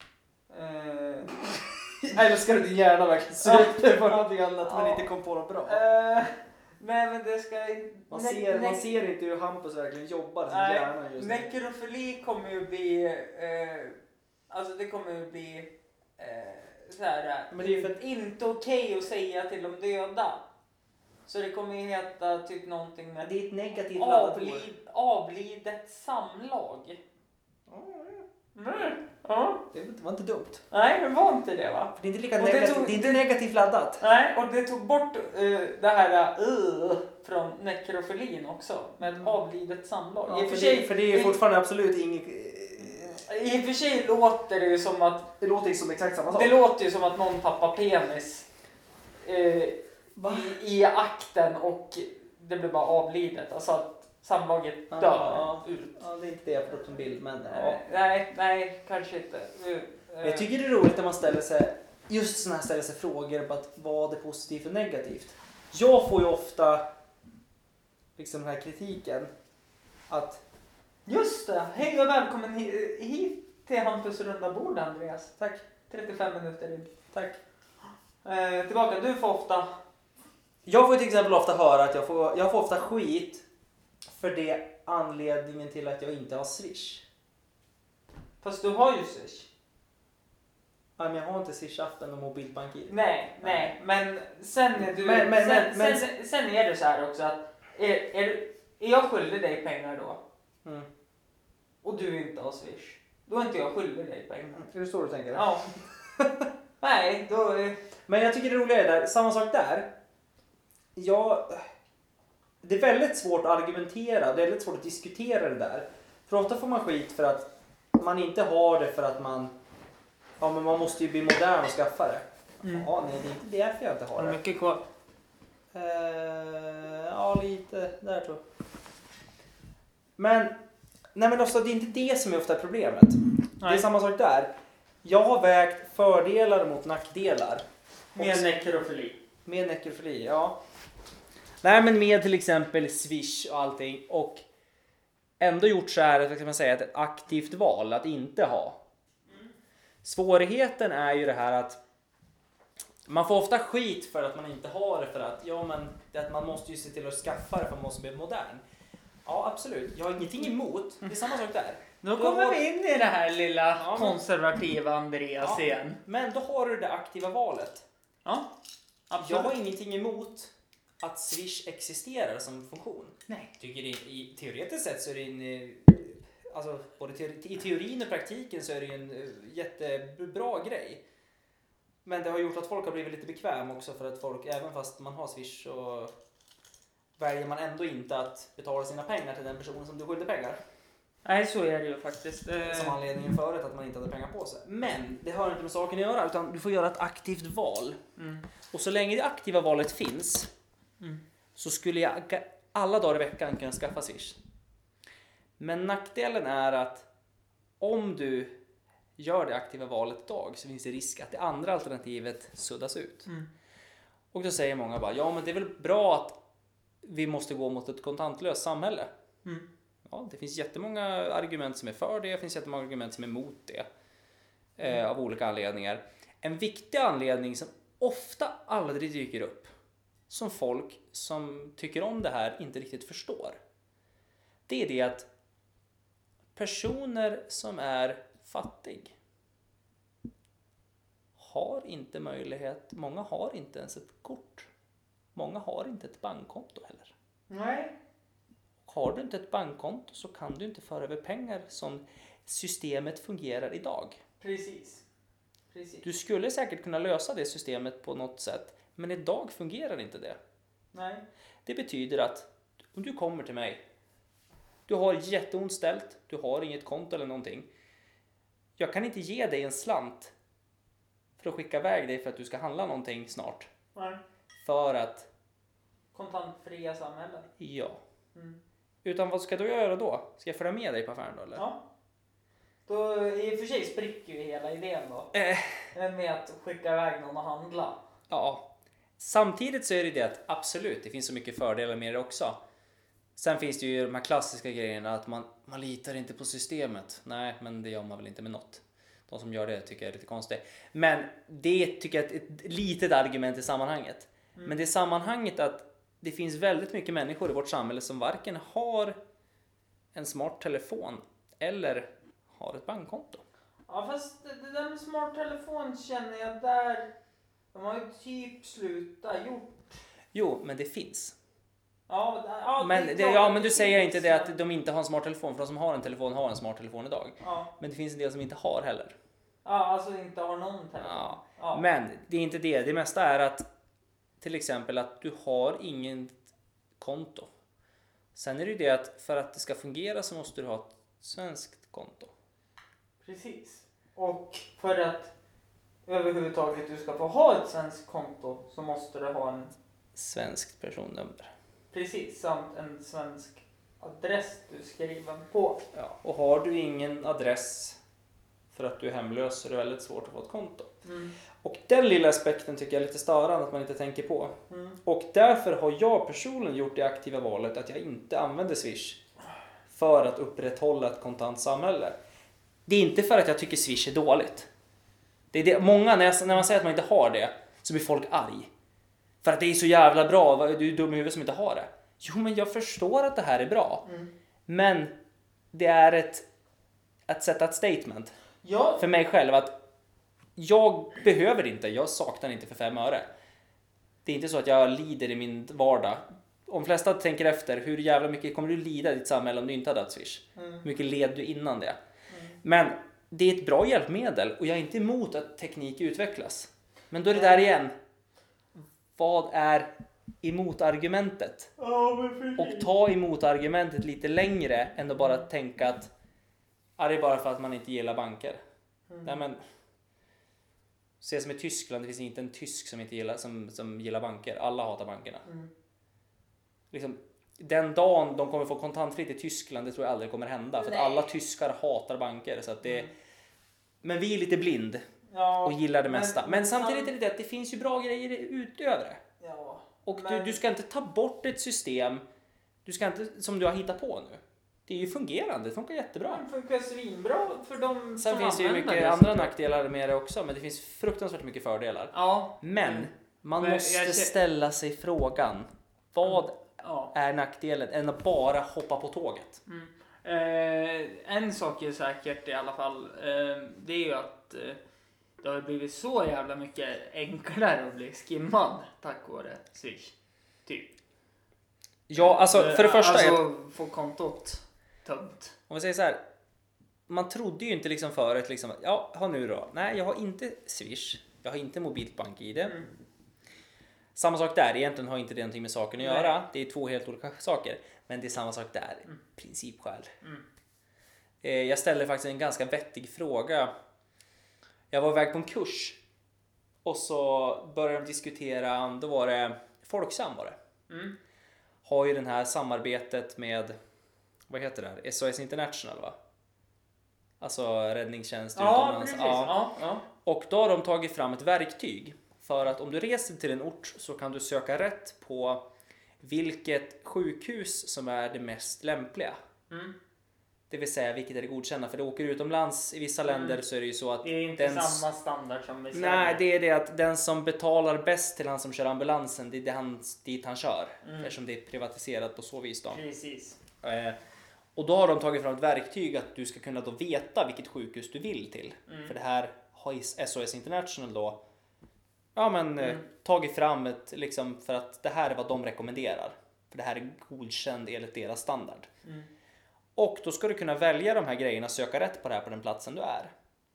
Eller ska du din hjärna verkligen söka på någonting annat men inte kom på något bra? Nej, men det ska... Man ser inte hur Hampus verkligen jobbar sin hjärna just nu. Nekrofili kommer ju bli... alltså det kommer ju bli... så här, men det är för att... inte okej att säga till de döda. Så det kommer ju heta typ någonting med... Det är ett negativt laddat ord. Avlidet samlag. Ja. Det var inte dumt. Nej, det var inte det, va? För det är inte lika det är inte negativt laddat. Nej, och det tog bort det här från nekrofilin också. Med avlidet samlag. Ja, för det är fortfarande absolut inget... I och för sig låter det ju som att... Det låter ju som exakt samma sak. Det låter ju som att någon tappar penis i akten och det blir bara avlidet. Alltså att samlaget dör ut. Ja, det är inte det jag får upp som bild, men... Nej, kanske inte. Jag tycker det är roligt när man ställer sig frågor på att vad är positivt och negativt. Jag får ju ofta liksom den här kritiken att... Just det! Hej och välkommen hit till Hampus runda bord, Andreas. Tack. 35 minuter in. Tack. Tillbaka, du får ofta... Jag får till exempel ofta höra att jag får ofta skit för det anledningen till att jag inte har Swish. Fast du har ju Swish. Ja, men jag har inte Swish-appen och mobilbank-id. Nej, men sen är du... Sen är det så här också att... Är jag skyldig dig pengar då? Mm. Och du inte har Swish. Då är inte jag skyldig dig pengar. Är det så du tänker? Ja. Nej, då... Men jag tycker det roliga är där, samma sak där. Det är väldigt svårt att argumentera, det är väldigt svårt att diskutera det där. För ofta får man skit för att man inte har det för att man... Ja, men man måste ju bli modern och skaffa det. Mm. Ja, nej, det är inte därför jag inte har det. Mycket kvar. Ja, lite där tror jag. Men, nej men också, det är inte det som är ofta problemet. Nej. Det är samma sak där. Jag har vägt fördelar mot nackdelar. Med nekrofili. Med nekrofili, ja. Nej, men med till exempel Swish och allting. Och ändå gjort så här, vad kan man säga, ett aktivt val att inte ha. Svårigheten är ju det här att man får ofta skit för att man inte har det, för att att man måste ju se till att skaffa det för att man måste bli modern. Ja, absolut. Jag har ingenting emot. Det är samma sak där. Då kommer vi in i det här lilla konservativa Andreas igen. Men då har du det aktiva valet. Ja, absolut. Jag har ingenting emot att Swish existerar som funktion. Nej. Tycker i teoretiskt sett så är det alltså både i teorin och praktiken så är det en jättebra grej. Men det har gjort att folk har blivit lite bekväm också, för att folk, även fast man har Swish, så väljer man ändå inte att betala sina pengar till den personen som du skyller pengar. Nej, så är det ju faktiskt. Som anledningen förut att man inte hade pengar på sig. Men det har inte med saken att göra, utan du får göra ett aktivt val. Mm. Och så länge det aktiva valet finns så skulle jag alla dagar i veckan kunna skaffa Swish. Men nackdelen är att om du gör det aktiva valet idag så finns det risk att det andra alternativet suddas ut. Mm. Och då säger många bara, ja men det är väl bra att vi måste gå mot ett kontantlöst samhälle. Mm. Ja, det finns jättemånga argument som är för det, det finns jättemånga argument som är emot det. Av olika anledningar. En viktig anledning som ofta aldrig dyker upp, som folk som tycker om det här inte riktigt förstår, det är det att personer som är fattig har inte möjlighet, många har inte ens ett kort. Många har inte ett bankkonto heller. Nej. Har du inte ett bankkonto så kan du inte föra över pengar som systemet fungerar idag. Precis. Du skulle säkert kunna lösa det systemet på något sätt, men idag fungerar inte det. Nej. Det betyder att om du kommer till mig, du har jätteont ställt, du har inget konto eller någonting. Jag kan inte ge dig en slant för att skicka iväg dig för att du ska handla någonting snart. Nej. För att... Kontantfria samhällen. Ja. Mm. Utan vad ska du göra då? Ska jag följa med dig på affären då eller? Ja. Då i och för sig spricker ju hela idén då. Med att skicka iväg någon och handla. Ja. Samtidigt så är det att absolut, det finns så mycket fördelar med det också. Sen finns det ju de här klassiska grejerna att man litar inte på systemet. Nej, men det gör man väl inte med något. De som gör det tycker jag är lite konstigt. Men det tycker jag är ett litet argument i sammanhanget. Men det är sammanhanget att det finns väldigt mycket människor i vårt samhälle som varken har en smart telefon eller har ett bankkonto. Ja, fast det där med smart telefon känner jag där. De har ju typ slutat gjort. Jo, men det finns. Men men du säger inte det att de inte har en smart telefon. För de som har en telefon har en smart telefon idag. Ja. Men det finns en del som inte har heller. Ja, alltså inte har någon telefon. Ja. Men det är inte det. Det mesta är att till exempel att du har ingen konto. Sen är det ju det att för att det ska fungera så måste du ha ett svenskt konto. Precis. Och för att överhuvudtaget du ska få ha ett svenskt konto så måste du ha en svenskt personnummer. Precis, samt en svensk adress du skriver på. Ja, och har du ingen adress för att du är hemlös så är det väldigt svårt att få ett konto. Och den lilla aspekten tycker jag är lite störande att man inte tänker på. Och därför har jag personligen gjort det aktiva valet att jag inte använder Swish för att upprätthålla ett kontant samhälle. Det är inte för att jag tycker Swish är dåligt. Det är det. Många, när man säger att man inte har det så blir folk arg. För att det är så jävla bra, du är dum i huvudet som inte har det. Jo, men jag förstår att det här är bra. Men det är att sätta ett statement för mig själv att jag behöver det inte, jag saknar inte för 5 öre. Det är inte så att jag lider i min vardag. Om flesta tänker efter, hur jävla mycket kommer du lida i ditt samhälle om du inte hade haft Swish? Hur mycket led du innan det? Men det är ett bra hjälpmedel och jag är inte emot att teknik utvecklas. Men då är det där igen. Vad är emot argumentet? Och ta emot argumentet lite längre än att bara tänka att det är bara för att man inte gillar banker. Nej, men se som i Tyskland, det finns inte en tysk som inte gillar som gillar banker. Alla hatar bankerna. Liksom, den dagen de kommer få kontantfritt i Tyskland, det tror jag aldrig kommer hända. För att alla tyskar hatar banker. Så att men vi är lite blind och gillar det mesta. Men samtidigt är det att det finns ju bra grejer utöver det. Ja, och du ska inte ta bort ett system du ska inte, som du har hittat på nu. Det är ju fungerande, det funkar jättebra. Det funkar svinbra för de Sen som finns det ju mycket det andra nackdelar med det också. Men det finns fruktansvärt mycket fördelar. Ja. Men man måste ställa sig frågan. Vad är nackdelen än att bara hoppa på tåget? En sak är säkert i alla fall. Det är ju att det har blivit så jävla mycket enklare att bli skimmad tack vare Swish. Typ. Ja, alltså för det första få kontot tömt. om vi säger så här. Man trodde ju inte liksom förut liksom, ha nu då. Nej, jag har inte Swish. Jag har inte mobilt bank-ID. Samma sak där, egentligen har inte det någonting med saken att göra. Det är 2 helt olika saker. Men det är samma sak där, principskäl. Jag ställde faktiskt en ganska vettig fråga. Jag var iväg på en kurs. Och så började de diskutera, då var det Folksam var det. Har ju den här samarbetet med, vad heter det här? SOS International, va? Alltså räddningstjänst utomlands. Ja. Och då har de tagit fram ett verktyg. För att om du reser till en ort så kan du söka rätt på vilket sjukhus som är det mest lämpliga. Det vill säga vilket är det godkända. För det åker utomlands i vissa länder så är det ju så att det är inte samma standard som i Sverige. Nej, det är det att den som betalar bäst till han som kör ambulansen, det är dit han kör. Eftersom det är privatiserat på så vis då. Precis. Och då har de tagit fram ett verktyg att du ska kunna då veta vilket sjukhus du vill till. För det här har SOS International då tagit fram ett, liksom, för att det här är vad de rekommenderar. För det här är godkänd enligt deras standard. Och då ska du kunna välja de här grejerna, söka rätt på det här på den platsen du är.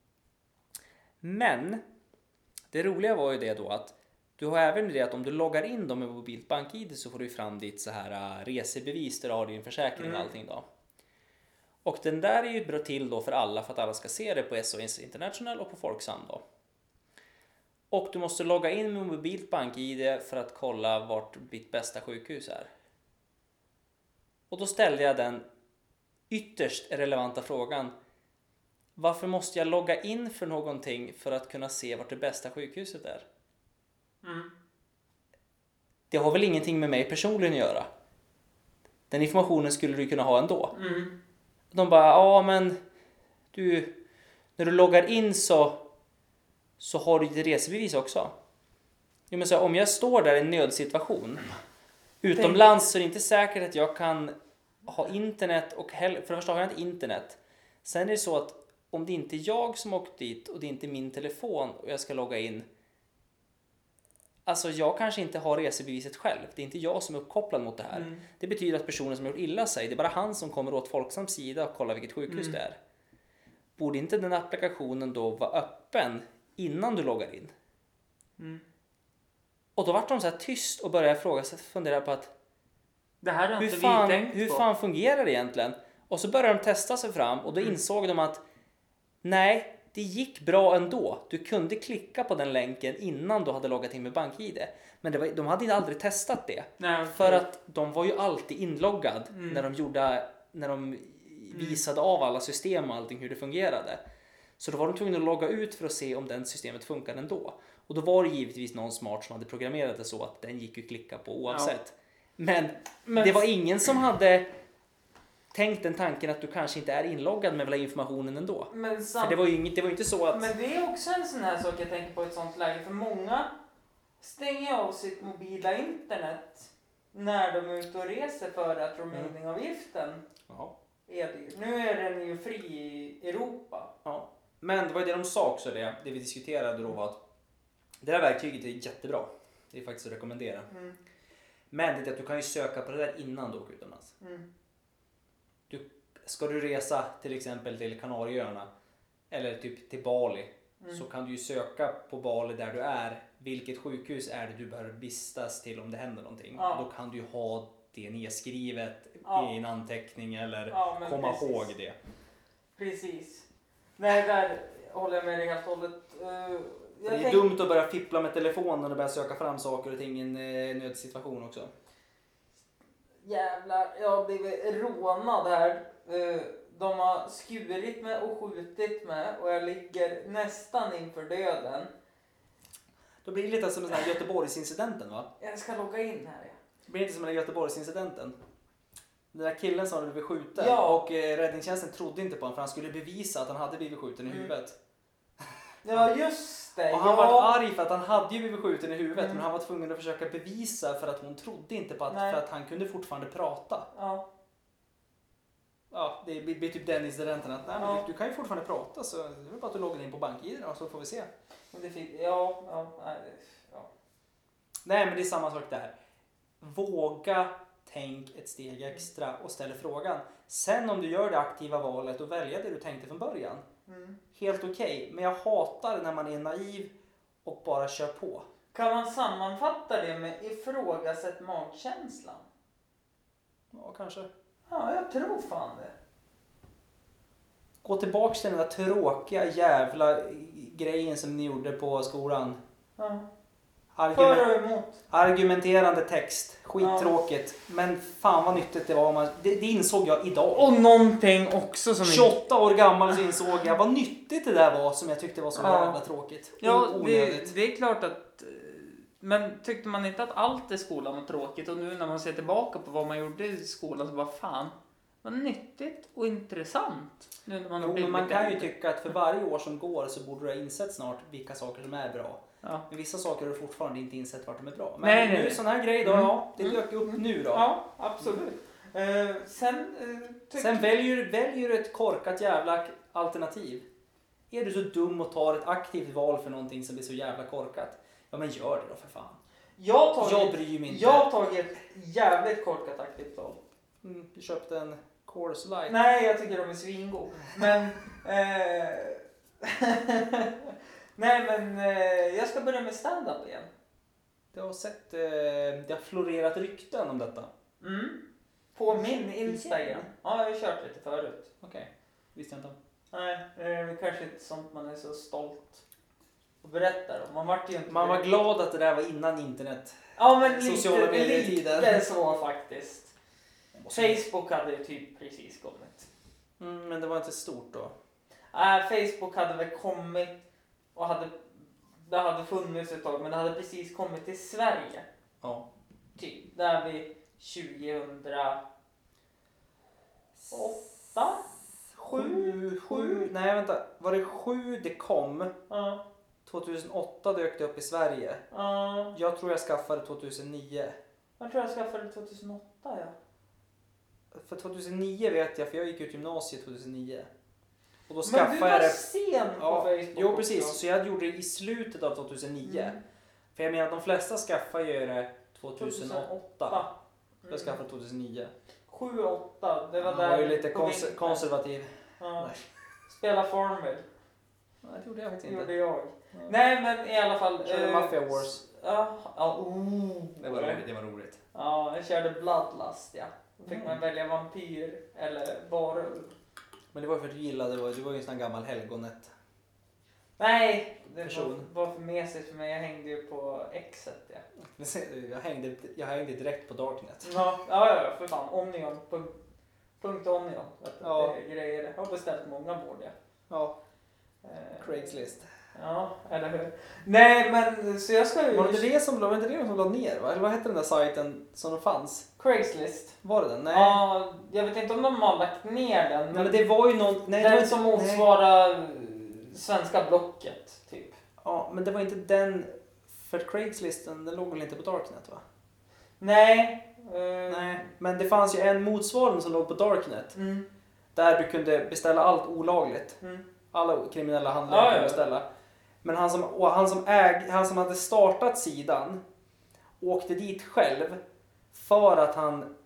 Men det roliga var ju det då att du har även det att om du loggar in dem med mobilt bank-ID så får du fram ditt så här resebevis där du har din försäkring och allting då. Och den där är ju bra till då för alla, för att alla ska se det på SOS International och på Folksam då. Och du måste logga in med mobilt bank-ID för att kolla vart ditt bästa sjukhus är. Och då ställde jag den ytterst relevanta frågan. Varför måste jag logga in för någonting för att kunna se vart det bästa sjukhuset är? Det har väl ingenting med mig personligen att göra. Den informationen skulle du kunna ha ändå. De bara, ja men du, när du loggar in så har du ett resebevis också. Jo, men så om jag står där i en nödsituation utomlands så är det inte säkert att jag kan ha internet och för det första har jag inte internet. Sen är det så att om det inte är jag som åkt dit och det är inte min telefon och jag ska logga in. Alltså jag kanske inte har resebeviset själv. Det är inte jag som är uppkopplad mot det här. Det betyder att personen som har gjort illa sig, det är bara han som kommer åt Folksams sida och kollar vilket sjukhus det är. Borde inte den applikationen då vara öppen innan du loggar in? Och då var de så här tyst och började fundera på att Det här har inte vi tänkt på. hur fan fungerar det egentligen? Och så började de testa sig fram och då insåg de att nej, det gick bra ändå. Du kunde klicka på den länken innan du hade loggat in med BankID. Men de hade aldrig testat det. Nej, för att de var ju alltid inloggad när de visade av alla system och allting hur det fungerade. Så då var de tvungna att logga ut för att se om den systemet funkade ändå. Och då var det givetvis någon smart som hade programmerat det så att den gick att klicka på oavsett. Men det var ingen som hade tänkt den tanken att du kanske inte är inloggad med informationen ändå. För det var ju inte så att... Men det är också en sån här sak jag tänker på i ett sånt läge. För många stänger av sitt mobila internet när de är ute och reser för att roamingavgiften är dyr. Nu är den ju fri i Europa. Ja. Men det var ju det de sa också, det vi diskuterade då var att det här verktyget är jättebra. Det är faktiskt att rekommendera. Men det är att du kan ju söka på det där innan du åker utomlands. Ska du resa till exempel till Kanarieöarna eller typ till Bali så kan du ju söka på Bali där du är. Vilket sjukhus är det du bör vistas till om det händer någonting. Då kan du ju ha det nedskrivet i en anteckning eller komma ihåg det. Precis. Nej, där håller jag med dig helt och hållet. Det är dumt att börja fippla med telefonen och börja söka fram saker och ting i en nödsituation också. Jävlar, jag har blivit rånad här. De har skurit mig och skjutit mig och jag ligger nästan inför döden. Då blir det lite som den här Göteborgsincidenten, va? Jag ska logga in här. Det blir inte som den här Göteborgsincidenten. Den där killen som hade blivit skjuten och räddningstjänsten trodde inte på honom för han skulle bevisa att han hade blivit skjuten i huvudet. Ja, just det. Och han var arg för att han hade ju blivit skjuten i huvudet men han var tvungen att försöka bevisa för att hon trodde inte på att, för att han kunde fortfarande prata. Ja, det blir typ den incidenten att nej, men du kan ju fortfarande prata så det är bara att du loggar in på BankID och så får vi se. Men det fick, Nej, men det är samma sak där. Våga tänk ett steg extra och ställ frågan. Sen om du gör det aktiva valet och välja det du tänkte från början. Helt okej. Men jag hatar när man är naiv och bara kör på. Kan man sammanfatta det med ifrågasätt magkänslan? Ja, kanske. Ja, jag tror fan det. Gå tillbaka till den där tråkiga jävla grejen som ni gjorde på skolan. Ja. För och emot. Argumenterande text. Skittråkigt. Men fan vad nyttigt det var. Det insåg jag idag. Och någonting också som... 28 år gammal så insåg jag vad nyttigt det där var som jag tyckte var så jävla tråkigt. Ja, det är klart att... Men tyckte man inte att allt i skolan var tråkigt och nu när man ser tillbaka på vad man gjorde i skolan så bara fan, vad nyttigt och intressant. Nu när man men man kan ju tycka att för varje år som går så borde du ha insett snart vilka saker som är bra. Ja. Men vissa saker har du fortfarande inte insett vart de är bra. Men nu sån här grej då, det dök upp nu då. Ja, absolut. Sen väljer du ett korkat jävla alternativ. Är du så dum och tar ett aktivt val för någonting som är så jävla korkat? Ja, men gör det då för fan. Jag bryr mig inte. Jag har tagit ett jävligt korkat aktivt val. Du köpte en Coors Light. Nej, jag tycker de är svingod. Men... Nej, men jag ska börja med stand-up igen. Jag har sett... det har florerat rykten om detta. På min Instagram. Ja, jag har kört lite förut. Okej. Visste jag inte om. Nej, det är kanske inte sånt man är så stolt och berättar om. Man var glad att det där var innan internet. Ja, men sociala medier-tiden. Lite så faktiskt. Facebook hade ju typ precis kommit. Men det var inte stort då. Facebook hade väl kommit och det hade funnits ett tag, men det hade precis kommit till Sverige. Ja. Typ, där vi 2008? 7? Nej vänta, var det 7 det kom? Ja. 2008 dök det upp i Sverige. Ja. Jag tror jag skaffade 2009. Jag tror jag skaffade 2008, ja. För 2009 vet jag, för jag gick ut gymnasiet 2009. Och då Men skaffade du var jag det. sen på Ja, Facebook. jo precis, också. så jag gjorde det i slutet av 2009. Mm. För jag menar att de flesta skaffar ju det 2008. Jag skaffade 2009. 7-8, det var Jag där. var ju lite på vintern. konservativ. Ja. Nej. Spela Farmville. Nej, det gjorde jag faktiskt Det inte. gjorde jag. Nej men i alla fall. Körde Mafia Wars. Ja, Det var roligt. Ja, jag körde Bloodlust, ja. Då fick man välja vampyr eller varulv. Men det var för att du gillade, du var ju en sån här gammal helgonet. Nej, det Person. var för mesigt för mig. Jag hängde ju på Xet, ja. Jag hängde direkt på Darknet. Ja, för fan. Onion. Punkt Onion. Ja. Det är grejer. Jag har beställt många bord, ja. Ja, Craigslist. Ja, eller hur? Nej, men så jag ska ju... Var det det som la ner va? Eller vad hette den där sajten som fanns? Craigslist. Var det den? Nej. Ja, jag vet inte om de har lagt ner den. Nej men det var ju någon... Nej, det var den inte, som motsvarar svenska Blocket, typ. Ja, men det var inte den... För Craigslisten, den låg väl inte på Darknet va? Nej. Nej, men det fanns ju en motsvarande som låg på Darknet. Mm. Där du kunde beställa allt olagligt. Mm. Alla kriminella handlingar kunde beställa. Men han som hade startat sidan åkte dit själv för att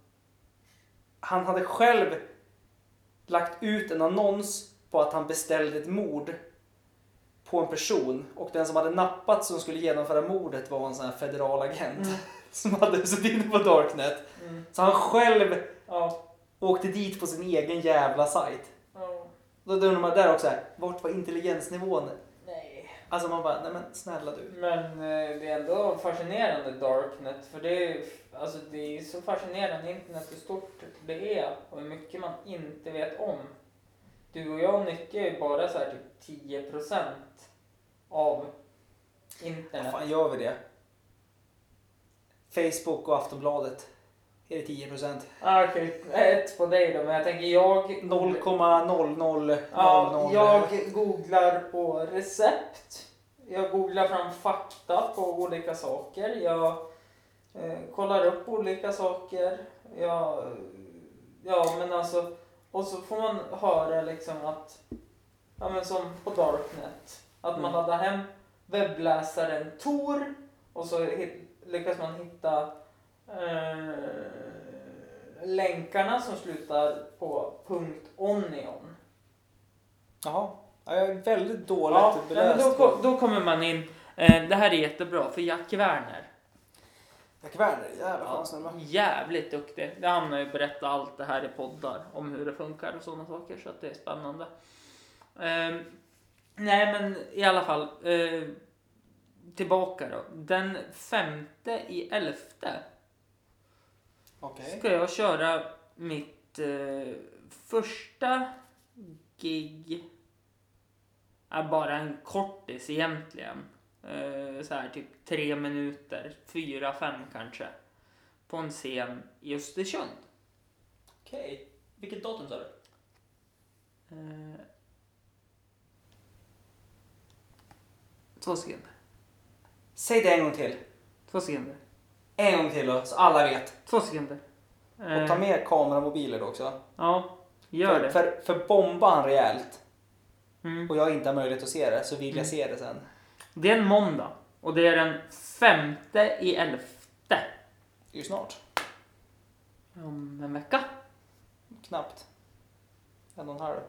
han hade själv lagt ut en annons på att han beställde ett mord på en person och den som hade nappat som skulle genomföra mordet var en sån här federal agent som hade suttit inne på Darknet. Så han själv åkte dit på sin egen jävla sajt. Då undrar man där också här, vart var intelligensnivån? Nej. Alltså man bara, nej men snälla du. Men det är ändå fascinerande Darknet. För det är så fascinerande internet hur stort det är. Och hur mycket man inte vet om. Du och jag nyttjar ju bara så här typ 10% av internet. Vad fan gör vi det? Facebook och Aftonbladet. Är det 10%? Okej, ett på dig då. Men jag tänker 0,0000. Ja, jag googlar på recept. Jag googlar fram fakta på olika saker. Jag kollar upp olika saker. Men alltså, och så får man höra liksom att, ja men som på Darknet, att man laddar hem webbläsaren Tor och så lyckas man hitta länkarna som slutar på .onion. Jaha, jag är väldigt dåligt beläst. Då kommer man in. Det här är jättebra för Jack Werner. Jack Werner, jävla chansnämn. Jävligt duktig. Det hamnar ju berätta allt det här i poddar om hur det funkar och sådana saker, så att det är spännande. Nej men i alla fall tillbaka då. Den 5/11 ska jag köra mitt första gig. Bara en kortis egentligen. Så här typ 3 minuter, 4-5 kanske. På en scen i Östersund. Okej. Vilket datum sa du? Två sekunder. Säg det en gång till. 2 sekunder. En gång till då, så alla vet. 2 sekunder. Och ta med kameramobiler då också. Ja, gör det. För bombar han rejält Mm. och jag inte har möjlighet att se det så vill jag se det sen. Det är en måndag. Och det är den 5/11. Det är ju snart. Om en vecka. Knappt. 1,5.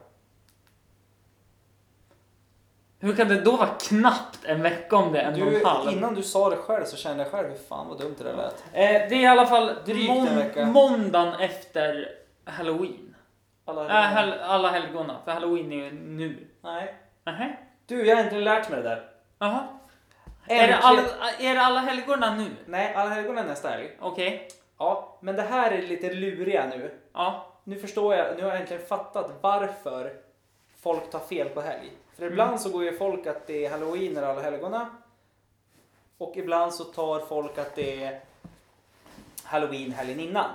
Hur kan det då vara knappt en vecka om det är 1,5? Innan du sa det själv så kände jag själv hur fan vad dumt det där lät. Det är i alla fall Drygt en vecka. måndagen efter Halloween. Alla Alla helgona, för Halloween är ju nu. Nej. Aha. Du, jag har inte lärt mig det där. Jaha. Är det alla helgona nu? Nej, alla helgona är nästa helg. Okej. Ja, men det här är lite luriga nu. Ja. Nu förstår jag, nu har jag äntligen fattat varför folk tar fel på helg. För ibland så går ju folk att det är Halloween eller alla helgona. Och ibland så tar folk att det är Halloween helgen innan.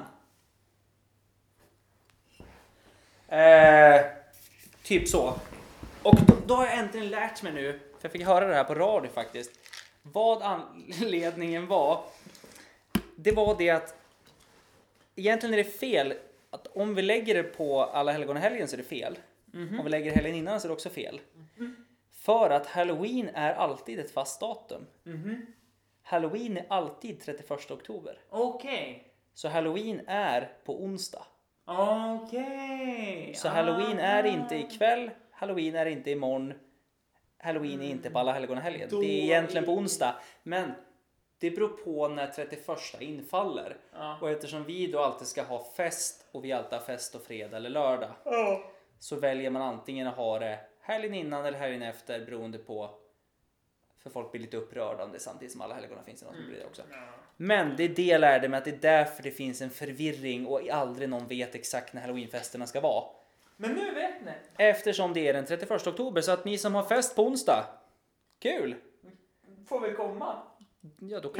Typ så. Och då har jag äntligen lärt mig nu, för jag fick höra det här på radio faktiskt, vad anledningen var. Det var det att egentligen är det fel att om vi lägger det på alla helgonahelgen så är det fel. Om vi lägger det helgen innan så är det också fel. För att Halloween är alltid ett fast datum. Halloween är alltid 31 oktober. Okej. Så Halloween är på onsdag. Okej. Så Halloween är inte ikväll, Halloween är inte imorgon, Halloween är inte på alla helgonahelgen. Det är egentligen på onsdag. Men det beror på när 31 infaller. Och eftersom vi då alltid ska ha fest och vi alltid har fest och fredag eller lördag. Så väljer man antingen att ha det helgen innan eller helgen efter beroende på. För folk blir lite upprörda om det samtidigt som alla helgona finns det något som blir det också. Men det är det jag lärde mig, att det är därför det finns en förvirring och aldrig någon vet exakt när Halloweenfesterna ska vara. Men nu vet ni. Eftersom det är den 31 oktober, så att ni som har fest på onsdag, kul! Får vi komma? Ja, då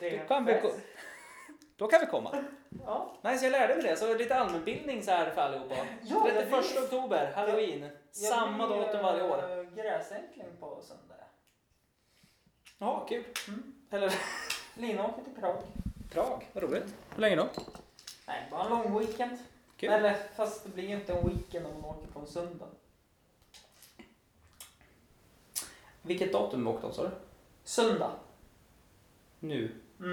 kan vi komma. Ja. Nej, så jag lärde mig det. Så lite allmänbildning så här för allihopa. Ja, 31 oktober, Halloween. Samma datum varje år. Gräsänkling på söndag. Ja, kul. Eller Lina åker till Prag. Prag, vad roligt. Hur länge då? Nej, bara en lång weekend. Kul. Eller fast det blir ju inte en weekend om man åker på en söndag. Vilket datum åkte de, sa du? Söndag. Nu.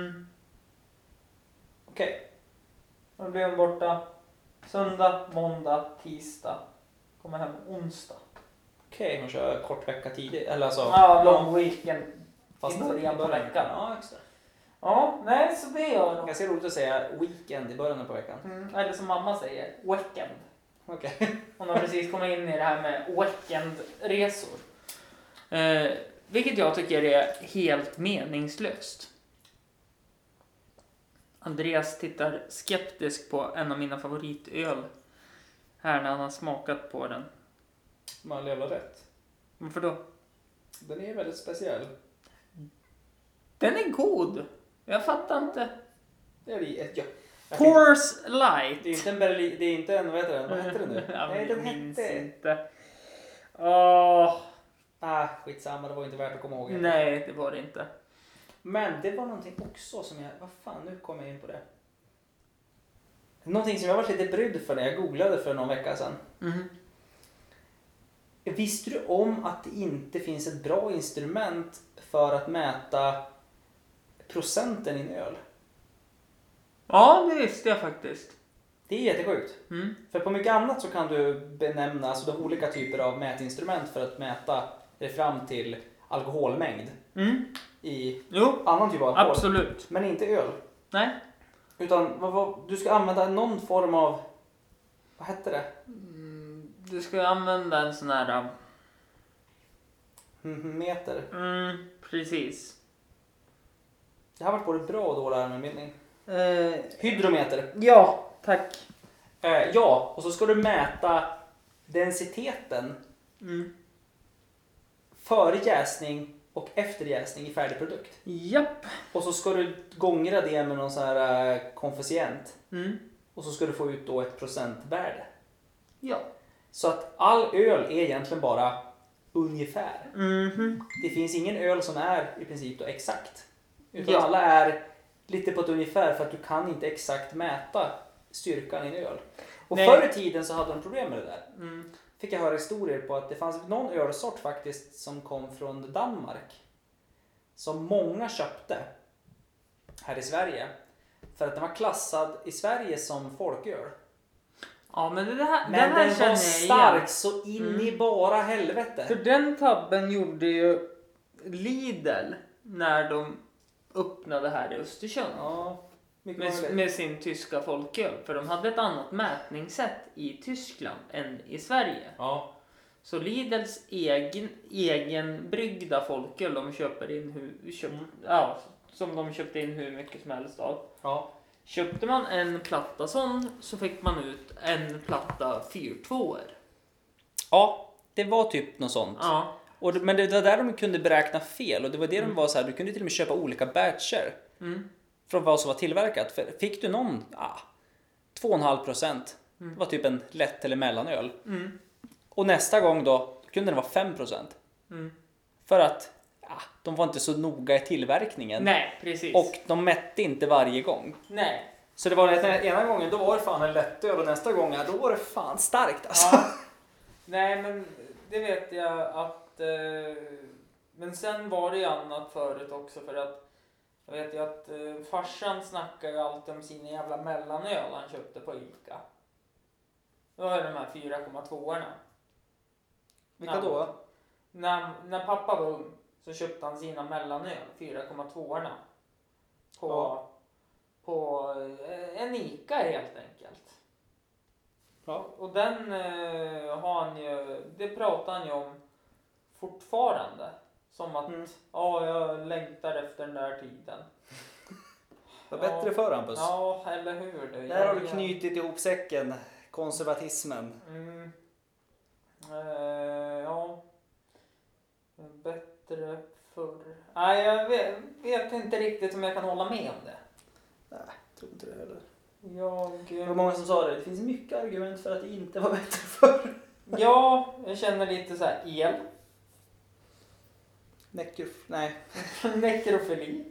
Okej. Då blir hon borta söndag, måndag, tisdag. Kommer hem onsdag. Okej, hon kör kort vecka tidigt. Eller alltså... Ja, lång weekend. Fast i början på veckan. Ja, extra. Ja, nej så det gör de. Ganska roligt att säga weekend i början på veckan. Eller som mamma säger, weekend. Okej. Hon har precis kommit in i det här med weekendresor. Vilket jag tycker är helt meningslöst. Andreas tittar skeptisk på en av mina favoritöl. Här när han har smakat på den. Man lever rätt. Varför då? Den är väldigt speciell. Den är god. Jag fattar inte. Det är ja. Coors Light. Det är inte en Berlin, det är inte en, vad heter den? Vad heter den nu? Ja, Nej, den minns hette... inte. Skitsamma, det var inte värt att komma ihåg. Nej, det var det inte. Men det var någonting också som jag, vad fan, nu kommer jag in på det. Någonting som jag var lite brydd för när jag googlade för någon vecka sedan. Visste du om att det inte finns ett bra instrument för att mäta procenten i en öl? Ja, det visste jag faktiskt. Det är jättesjukt. För på mycket annat så kan du benämna alltså de olika typer av mätinstrument för att mäta det fram till alkoholmängd i annan typ av alkohol. Absolut. Men inte öl. Nej. Utan du ska använda någon form av, vad hette det? Du ska använda en sån här... meter. Precis. Det har varit både bra och dålig allmänbildning. Hydrometer. Ja, tack. Ja, och så ska du mäta densiteten före jäsning och efter jäsning i färdig produkt. Japp. Och så ska du gångra det med någon sån här koefficient. Och så ska du få ut då ett procentvärde. Ja. Så att all öl är egentligen bara ungefär. Det finns ingen öl som är i princip då exakt. Utan alla är lite på ett ungefär för att du kan inte exakt mäta styrkan i en öl. Och förr i tiden så hade de problem med det där. Fick jag höra historier på att det fanns någon ölsort faktiskt som kom från Danmark. Som många köpte här i Sverige. För att den var klassad i Sverige som folköl. Ja, men Men den den var stark igen. så in i bara helvete. För den tabben gjorde ju Lidl när de öppnade här i Östersund. Ja, mycket vanligt. Med sin tyska folköl. För de hade ett annat mätningssätt i Tyskland än i Sverige. Ja. Så Lidls egen bryggda folköl de köper in som de köpte in hur mycket som helst av. Ja. Köpte man en platta sån så fick man ut en platta 4-2-er. Ja, Det var typ något sånt. Ja. Men det var där de kunde beräkna fel. Och det var det de var så här. Du kunde till och med köpa olika batcher. Från vad som var tillverkat. För fick du någon 2,5%. Det var typ en lätt eller mellanöl. Och nästa gång då kunde det vara 5%. För att de var inte så noga i tillverkningen. Nej, precis. Och de mätte inte varje gång. Nej. Så det var ena gången då var det fan en lättöl och nästa gång då var det fan starkt alltså. Ja. Nej, men det vet jag att... men sen var det ju annat förut också för att jag vet ju att farsan snackar ju alltid om sina jävla mellanöl han köpte på Ica. Då är de här 4,2-orna. Vilka då? När pappa var ung så köpte han sina mellanöl, 4,2-orna. På en Ica helt enkelt. Ja. Och den har han ju, det pratar han ju om fortfarande. Som att, jag längtar efter den där tiden. Det var bättre för han, Puss. Ja, eller hur? Där har du knutit ihop säcken. Konservatismen. Ja. Bättre förr. Nej, jag vet inte riktigt om jag kan hålla med om det. Nej, tror inte det heller. Det var många som sa det. Det finns mycket argument för att det inte var bättre förr. Ja, jag känner lite så här el. Nekrofili.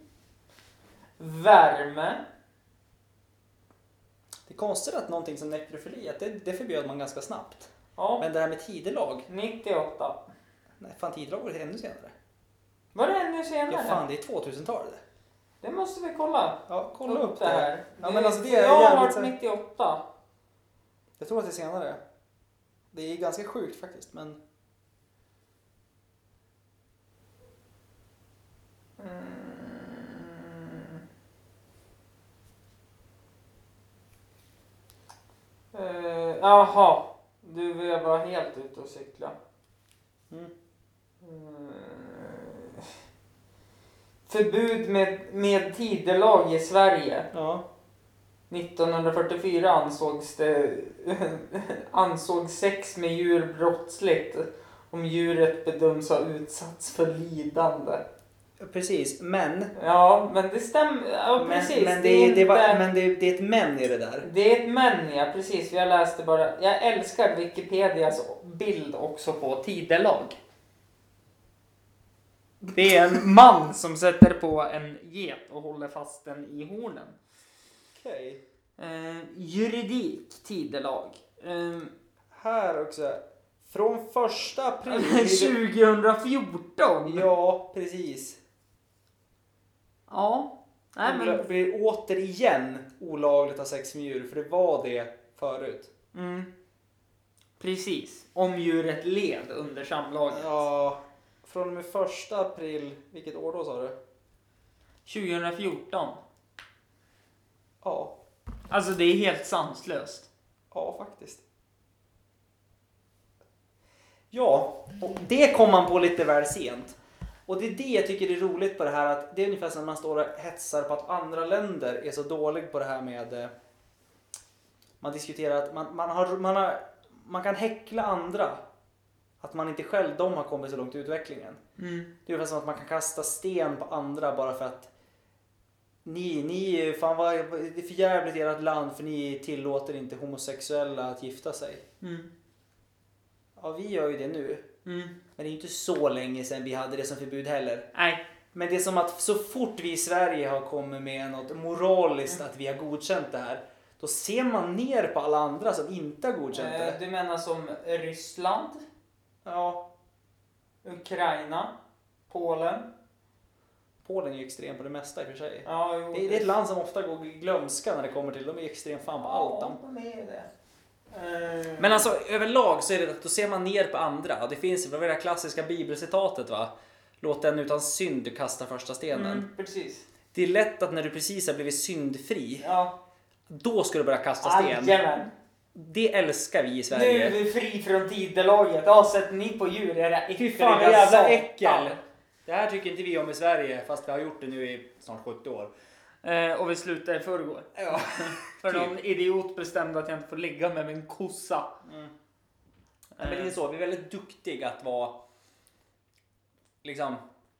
Värme. Det är konstigt att någonting som nekrofili, att det förbjöd man ganska snabbt. Ja. Men det här med tidelag. 98. Nej, fan tidelag var det ännu senare. Var det ännu senare? Ja fan, det är 2000-talet. Det måste vi kolla. Ja, kolla upp det här. Ja, men alltså det är jag har jävligt... hört 98. Jag tror att det är senare. Det är ganska sjukt faktiskt, men... Jaha, du vill vara helt ute och cykla. Förbud med tidelag i Sverige. Ja. 1944 ansågs sex med djur brottsligt om djuret bedöms ha utsatts för lidande. Precis, men... Ja, men det stämmer. Ja, precis. Men det är ett men i det där. Det är ett men, ja, precis. Jag läste bara... Jag älskar Wikipedias bild också på tidelag. Det är en man som sätter på en get och håller fast den i hornen. Okej. Juridik, tidelag. Här också. Från 1 april... 2014? Ja, precis. Ja. Nej, men... Det blir återigen olagligt att ha sex med djur, för det var det förut. Precis. Om djuret led under samlaget. Ja, från och med 1 april, vilket år då sa du? 2014. Ja. Alltså det är helt sanslöst. Ja, faktiskt. Ja, och det kom man på lite väl sent. Och det är det jag tycker är roligt på det här, att det är ungefär som när man står och hetsar på att andra länder är så dåligt på det här med... Man diskuterar att man kan häckla andra. Att man inte själv, de har kommit så långt i utvecklingen. Det är ungefär som att man kan kasta sten på andra bara för att ni fan det är för jävligt i ert land för ni tillåter inte homosexuella att gifta sig. Ja, vi gör ju det nu. Men det är inte så länge sedan vi hade det som förbud heller. Nej. Men det är som att så fort vi i Sverige har kommit med något moraliskt att vi har godkänt det här, då ser man ner på alla andra som inte har godkänt det. Du menar som Ryssland? Ja. Ukraina? Polen? Polen är ju extrem på det mesta i och för sig. Ja, Det är ett land som ofta går glömska när det kommer till. De är extrem fan på allt. De är det. Men alltså överlag så är det att då ser man ner på andra. Det finns det här klassiska bibelcitatet, va? Låt den utan synd kasta första stenen. Precis. Det är lätt att när du precis har blivit syndfri, då ska du börja kasta sten. Jajamän. Det älskar vi i Sverige. Nu är vi fri från tidelaget. Ja, sätter ni på djur är det äckliga. Fy fan vad jävla äckel. Det här tycker inte vi om i Sverige, fast vi har gjort det nu i snart 70 år. Och vi slutar i förrgår. Ja. För någon idiot bestämde att jag inte får ligga med min kossa. Men det är så, vi är väldigt duktiga att vara liksom,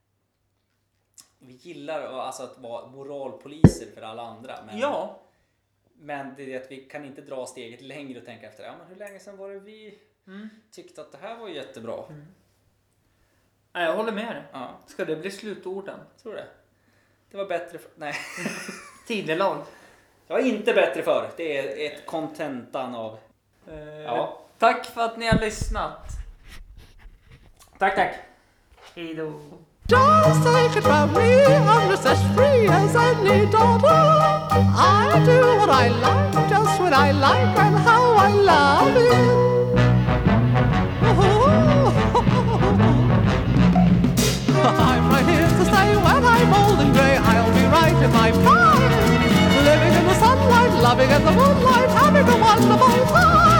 vi gillar alltså att vara moralpoliser för alla andra. Men det är att vi kan inte dra steget längre och tänka efter, men hur länge sedan var det vi tyckte att det här var jättebra. Nej, jag håller med dig. Ja. Ska det bli slutorden? Tror det. Det var bättre nej. Tidelag. Det var inte bättre för. Det är ett kontentan av ja. Tack för att ni har lyssnat. Tack. Hej då. Just take it from me, I'm just as free as any daughter. I do what I like, just when I like, and how I love it. I'm right here to stay when I'm old and grey. I'll be right in my prime, living in the sunlight, loving in the moonlight, having a wonderful time.